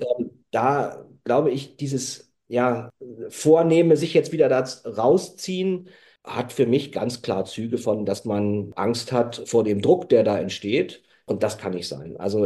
da glaube ich, dieses ja, Vornehme, sich jetzt wieder da rausziehen, hat für mich ganz klar Züge von, dass man Angst hat vor dem Druck, der da entsteht. Und das kann nicht sein. Also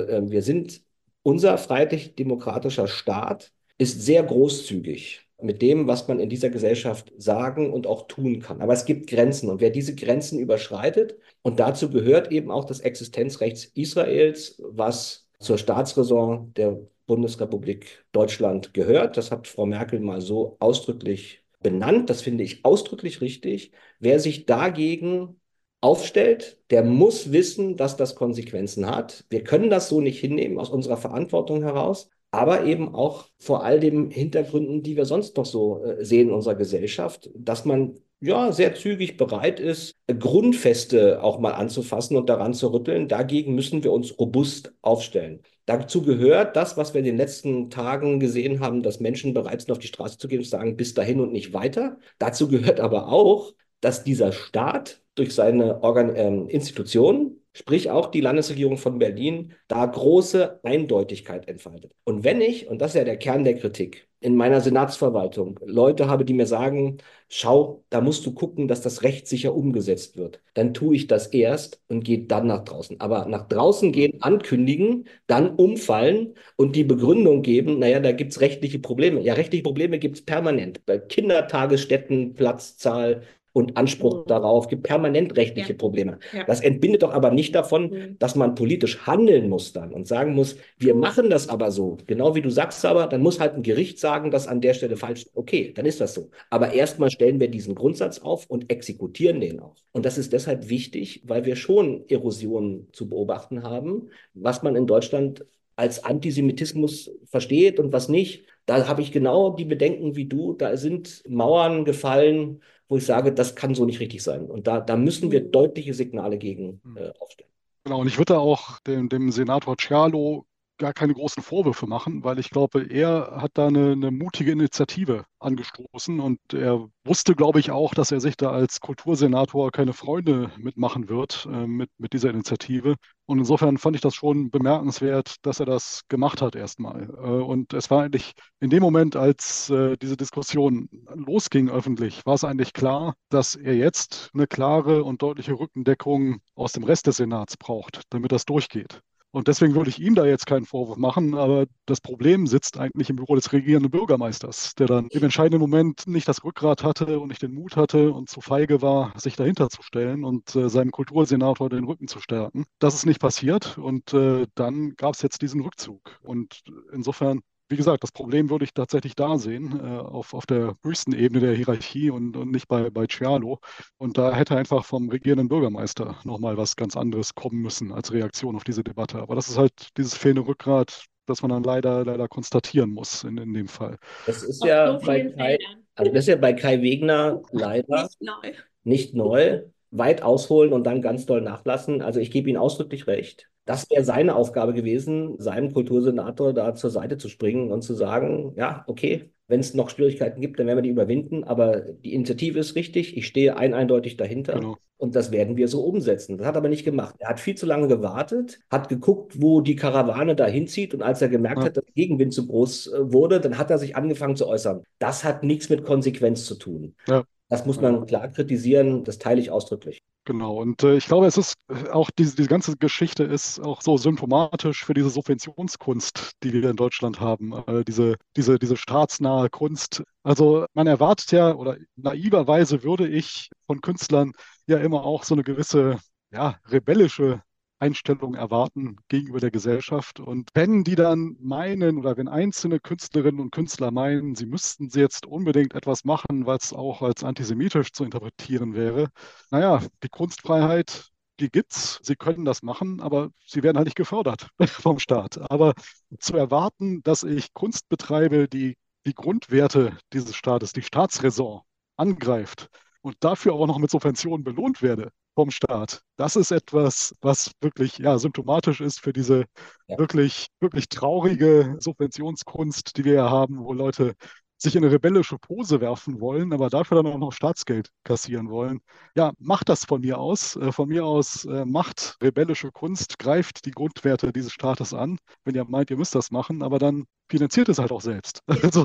unser freiheitlich-demokratischer Staat ist sehr großzügig mit dem, was man in dieser Gesellschaft sagen und auch tun kann. Aber es gibt Grenzen. Und wer diese Grenzen überschreitet, und dazu gehört eben auch das Existenzrecht Israels, was zur Staatsräson der Bundesrepublik Deutschland gehört. Das hat Frau Merkel mal so ausdrücklich benannt. Das finde ich ausdrücklich richtig. Wer sich dagegen aufstellt, der muss wissen, dass das Konsequenzen hat. Wir können das so nicht hinnehmen aus unserer Verantwortung heraus, aber eben auch vor all den Hintergründen, die wir sonst noch so sehen in unserer Gesellschaft, dass man ja sehr zügig bereit ist, Grundfeste auch mal anzufassen und daran zu rütteln. Dagegen müssen wir uns robust aufstellen. Dazu gehört das, was wir in den letzten Tagen gesehen haben, dass Menschen bereit sind, auf die Straße zu gehen und sagen, bis dahin und nicht weiter. Dazu gehört aber auch, dass dieser Staat durch seine Institutionen, sprich auch die Landesregierung von Berlin, da große Eindeutigkeit entfaltet. Und wenn ich, und das ist ja der Kern der Kritik, in meiner Senatsverwaltung Leute habe, die mir sagen, schau, da musst du gucken, dass das rechtssicher umgesetzt wird, dann tue ich das erst und gehe dann nach draußen. Aber nach draußen gehen, ankündigen, dann umfallen und die Begründung geben, naja, da gibt es rechtliche Probleme. Ja, rechtliche Probleme gibt es permanent bei Kindertagesstätten, Platzzahl und Anspruch darauf, gibt permanent rechtliche Probleme. Ja. Das entbindet doch aber nicht davon, dass man politisch handeln muss dann und sagen muss, wir machen das aber so. Genau wie du sagst aber, dann muss halt ein Gericht sagen, dass an der Stelle falsch ist. Okay, dann ist das so. Aber erstmal stellen wir diesen Grundsatz auf und exekutieren den auch. Und das ist deshalb wichtig, weil wir schon Erosionen zu beobachten haben, was man in Deutschland als Antisemitismus versteht und was nicht. Da habe ich genau die Bedenken wie du. Da sind Mauern gefallen, wo ich sage, das kann so nicht richtig sein. Und da müssen wir deutliche Signale gegen aufstellen. Genau, und ich würde da auch dem Senator Cialo gar keine großen Vorwürfe machen, weil ich glaube, er hat da eine mutige Initiative angestoßen und er wusste, glaube ich, auch, dass er sich da als Kultursenator keine Freunde mitmachen wird mit dieser Initiative. Und insofern fand ich das schon bemerkenswert, dass er das gemacht hat erstmal. Und es war eigentlich in dem Moment, als diese Diskussion losging öffentlich, war es eigentlich klar, dass er jetzt eine klare und deutliche Rückendeckung aus dem Rest des Senats braucht, damit das durchgeht. Und deswegen würde ich ihm da jetzt keinen Vorwurf machen, aber das Problem sitzt eigentlich im Büro des regierenden Bürgermeisters, der dann im entscheidenden Moment nicht das Rückgrat hatte und nicht den Mut hatte und zu feige war, sich dahinter zu stellen und seinem Kultursenator den Rücken zu stärken. Das ist nicht passiert und dann gab es jetzt diesen Rückzug. Und insofern, wie gesagt, das Problem würde ich tatsächlich da sehen, auf der höchsten Ebene der Hierarchie und nicht bei Cialo. Und da hätte einfach vom regierenden Bürgermeister nochmal was ganz anderes kommen müssen als Reaktion auf diese Debatte. Aber das ist halt dieses fehlende Rückgrat, das man dann leider konstatieren muss in dem Fall. Das ist Auf ja so bei vielen Kai, Feldern. also das ist ja bei Kai Wegner leider Nicht neu. nicht neu. Weit ausholen und dann ganz doll nachlassen. Also ich gebe Ihnen ausdrücklich recht. Das wäre seine Aufgabe gewesen, seinem Kultursenator da zur Seite zu springen und zu sagen, ja, okay, wenn es noch Schwierigkeiten gibt, dann werden wir die überwinden. Aber die Initiative ist richtig. Ich stehe eindeutig dahinter. Genau. Und das werden wir so umsetzen. Das hat er aber nicht gemacht. Er hat viel zu lange gewartet, hat geguckt, wo die Karawane da hinzieht. Und als er gemerkt Ja, hat, dass der Gegenwind zu groß wurde, dann hat er sich angefangen zu äußern. Das hat nichts mit Konsequenz zu tun. ja. Das muss Ja. man klar kritisieren. Das teile ich ausdrücklich. Genau, und ich glaube, es ist auch diese ganze Geschichte ist auch so symptomatisch für diese Subventionskunst, die wir in Deutschland haben, diese staatsnahe Kunst. Also man erwartet ja, oder naiverweise würde ich von Künstlern ja immer auch so eine gewisse, ja, rebellische Einstellung erwarten gegenüber der Gesellschaft. Und wenn die dann meinen oder wenn einzelne Künstlerinnen und Künstler meinen, sie müssten jetzt unbedingt etwas machen, was auch als antisemitisch zu interpretieren wäre, naja, die Kunstfreiheit, die gibt's, sie können das machen, aber sie werden halt nicht gefördert vom Staat. Aber zu erwarten, dass ich Kunst betreibe, die Grundwerte dieses Staates, die Staatsräson angreift und dafür auch noch mit Subventionen belohnt werde vom Staat, das ist etwas, was wirklich ja, symptomatisch ist für diese Ja. wirklich traurige Subventionskunst, die wir ja haben, wo Leute sich in eine rebellische Pose werfen wollen, aber dafür dann auch noch Staatsgeld kassieren wollen. Ja, macht das von mir aus. Von mir aus macht rebellische Kunst, greift die Grundwerte dieses Staates an, wenn ihr meint, ihr müsst das machen, aber dann finanziert es halt auch selbst. Also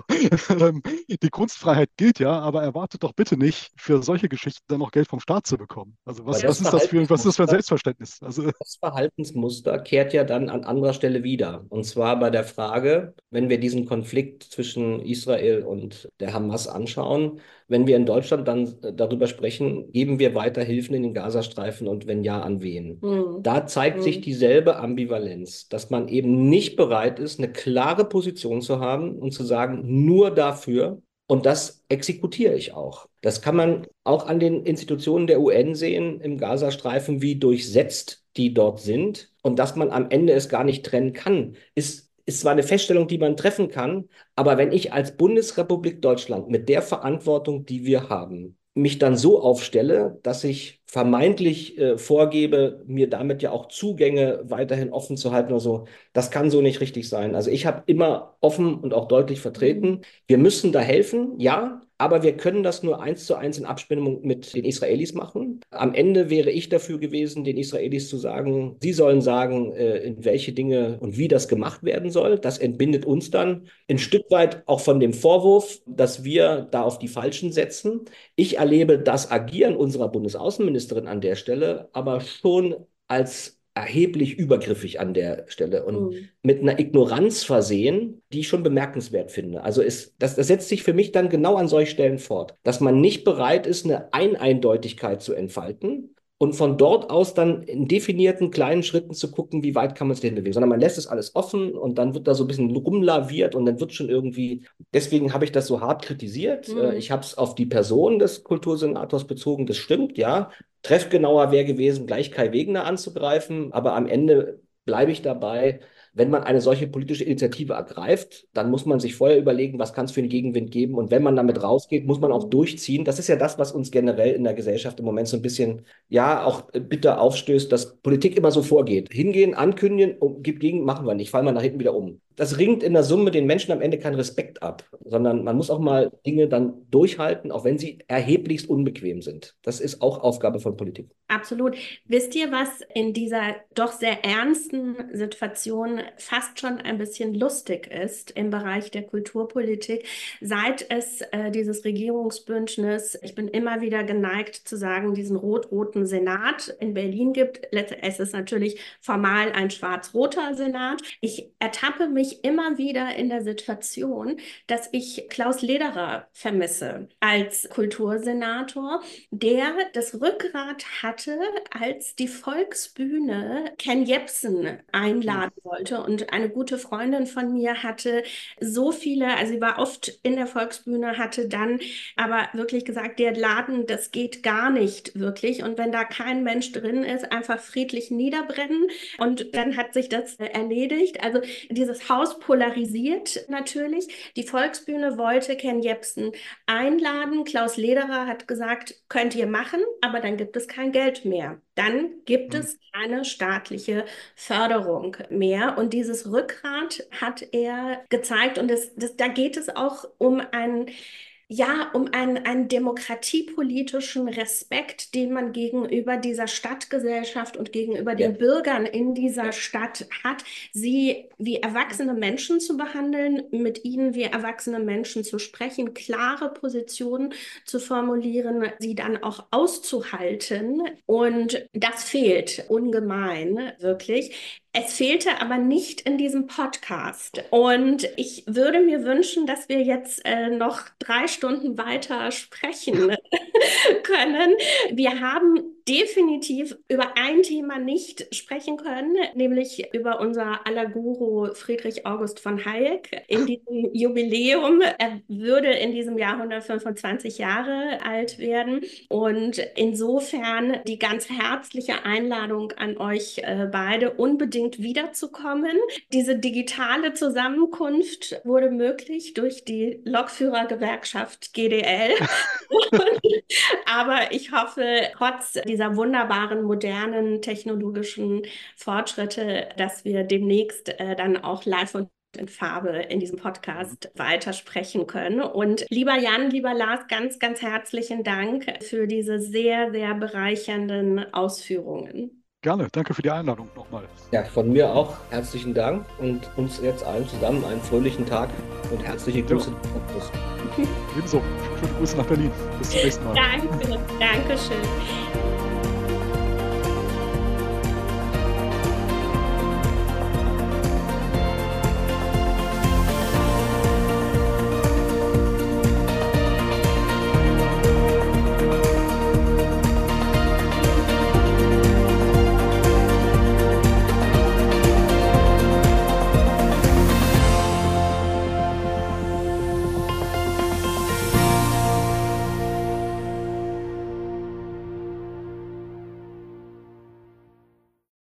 die Kunstfreiheit gilt ja, aber erwartet doch bitte nicht, für solche Geschichten dann noch Geld vom Staat zu bekommen. Also Aber was ist das für ein Selbstverständnis? Also Das Verhaltensmuster kehrt ja dann an anderer Stelle wieder. Und zwar bei der Frage, wenn wir diesen Konflikt zwischen Israel und der Hamas anschauen, wenn wir in Deutschland dann darüber sprechen, geben wir weiter Hilfen in den Gazastreifen und wenn ja, an wen? Da zeigt sich dieselbe Ambivalenz, dass man eben nicht bereit ist, eine klare Position zu haben und zu sagen, nur dafür. Und das exekutiere ich auch. Das kann man auch an den Institutionen der UN sehen im Gazastreifen, wie durchsetzt die dort sind. Und dass man am Ende es gar nicht trennen kann, ist zwar eine Feststellung, die man treffen kann, aber wenn ich als Bundesrepublik Deutschland mit der Verantwortung, die wir haben, mich dann so aufstelle, dass ich vermeintlich vorgebe, mir damit ja auch Zugänge weiterhin offen zu halten oder so, das kann so nicht richtig sein. Also ich habe immer offen und auch deutlich vertreten, wir müssen da helfen, ja, aber wir können das nur 1:1 in Abstimmung mit den Israelis machen. Am Ende wäre ich dafür gewesen, den Israelis zu sagen, sie sollen sagen, in welche Dinge und wie das gemacht werden soll. Das entbindet uns dann ein Stück weit auch von dem Vorwurf, dass wir da auf die Falschen setzen. Ich erlebe das Agieren unserer Bundesaußenministerin an der Stelle aber schon als erheblich übergriffig an der Stelle und Mhm. mit einer Ignoranz versehen, die ich schon bemerkenswert finde. Also das setzt sich für mich dann genau an solchen Stellen fort, dass man nicht bereit ist, eine Eindeutigkeit zu entfalten und von dort aus dann in definierten kleinen Schritten zu gucken, wie weit kann man es denn bewegen, sondern man lässt es alles offen und dann wird da so ein bisschen rumlaviert und dann wird schon irgendwie, deswegen habe ich das so hart kritisiert. Mhm. Ich habe es auf die Person des Kultursenators bezogen, das stimmt, ja. Treffgenauer wäre gewesen, gleich Kai Wegener anzugreifen, aber am Ende bleibe ich dabei, wenn man eine solche politische Initiative ergreift, dann muss man sich vorher überlegen, was kann es für einen Gegenwind geben. Und wenn man damit rausgeht, muss man auch durchziehen. Das ist ja das, was uns generell in der Gesellschaft im Moment so ein bisschen, ja, auch bitter aufstößt, dass Politik immer so vorgeht. Hingehen, ankündigen, gib gegen, machen wir nicht, fallen wir nach hinten wieder um. Das ringt in der Summe den Menschen am Ende keinen Respekt ab, sondern man muss auch mal Dinge dann durchhalten, auch wenn sie erheblichst unbequem sind. Das ist auch Aufgabe von Politik. Absolut. Wisst ihr, was in dieser doch sehr ernsten Situation fast schon ein bisschen lustig ist im Bereich der Kulturpolitik? Seit es dieses Regierungsbündnis, ich bin immer wieder geneigt zu sagen, diesen rot-roten Senat in Berlin gibt. Es ist natürlich formal ein schwarz-roter Senat. Ich ertappe mich immer wieder in der Situation, dass ich Klaus Lederer vermisse als Kultursenator, der das Rückgrat hatte, als die Volksbühne Ken Jebsen einladen wollte. Und eine gute Freundin von mir hatte so viele, also sie war oft in der Volksbühne, hatte dann aber wirklich gesagt, der Laden, das geht gar nicht wirklich. Und wenn da kein Mensch drin ist, einfach friedlich niederbrennen. Und dann hat sich das erledigt. Also dieses Haus polarisiert natürlich. Die Volksbühne wollte Ken Jebsen einladen. Klaus Lederer hat gesagt, könnt ihr machen, aber dann gibt es kein Geld mehr. Dann gibt es keine staatliche Förderung mehr. Und dieses Rückgrat hat er gezeigt. Und da geht es auch um einen demokratiepolitischen Respekt, den man gegenüber dieser Stadtgesellschaft und gegenüber den Bürgern in dieser Stadt hat, sie wie erwachsene Menschen zu behandeln, mit ihnen wie erwachsene Menschen zu sprechen, klare Positionen zu formulieren, sie dann auch auszuhalten. Und das fehlt ungemein, wirklich. Es fehlte aber nicht in diesem Podcast. Und ich würde mir wünschen, dass wir jetzt noch 3 Stunden weiter sprechen können. Wir haben definitiv über ein Thema nicht sprechen können, nämlich über unser aller Guru Friedrich August von Hayek in diesem Jubiläum. Er würde in diesem Jahr 125 Jahre alt werden. Und insofern die ganz herzliche Einladung an euch beide, unbedingt wiederzukommen. Diese digitale Zusammenkunft wurde möglich durch die Lokführergewerkschaft GDL. Aber ich hoffe, trotz dieser wunderbaren modernen technologischen Fortschritte, dass wir demnächst dann auch live und in Farbe in diesem Podcast weitersprechen können. Und lieber Jan, lieber Lars, ganz, ganz herzlichen Dank für diese sehr, sehr bereichernden Ausführungen. Gerne, danke für die Einladung nochmal. Ja, von mir auch herzlichen Dank und uns jetzt allen zusammen einen fröhlichen Tag und herzliche Grüße. Ebenso. Schöne Grüße nach Berlin. Bis zum nächsten Mal. Danke, danke schön.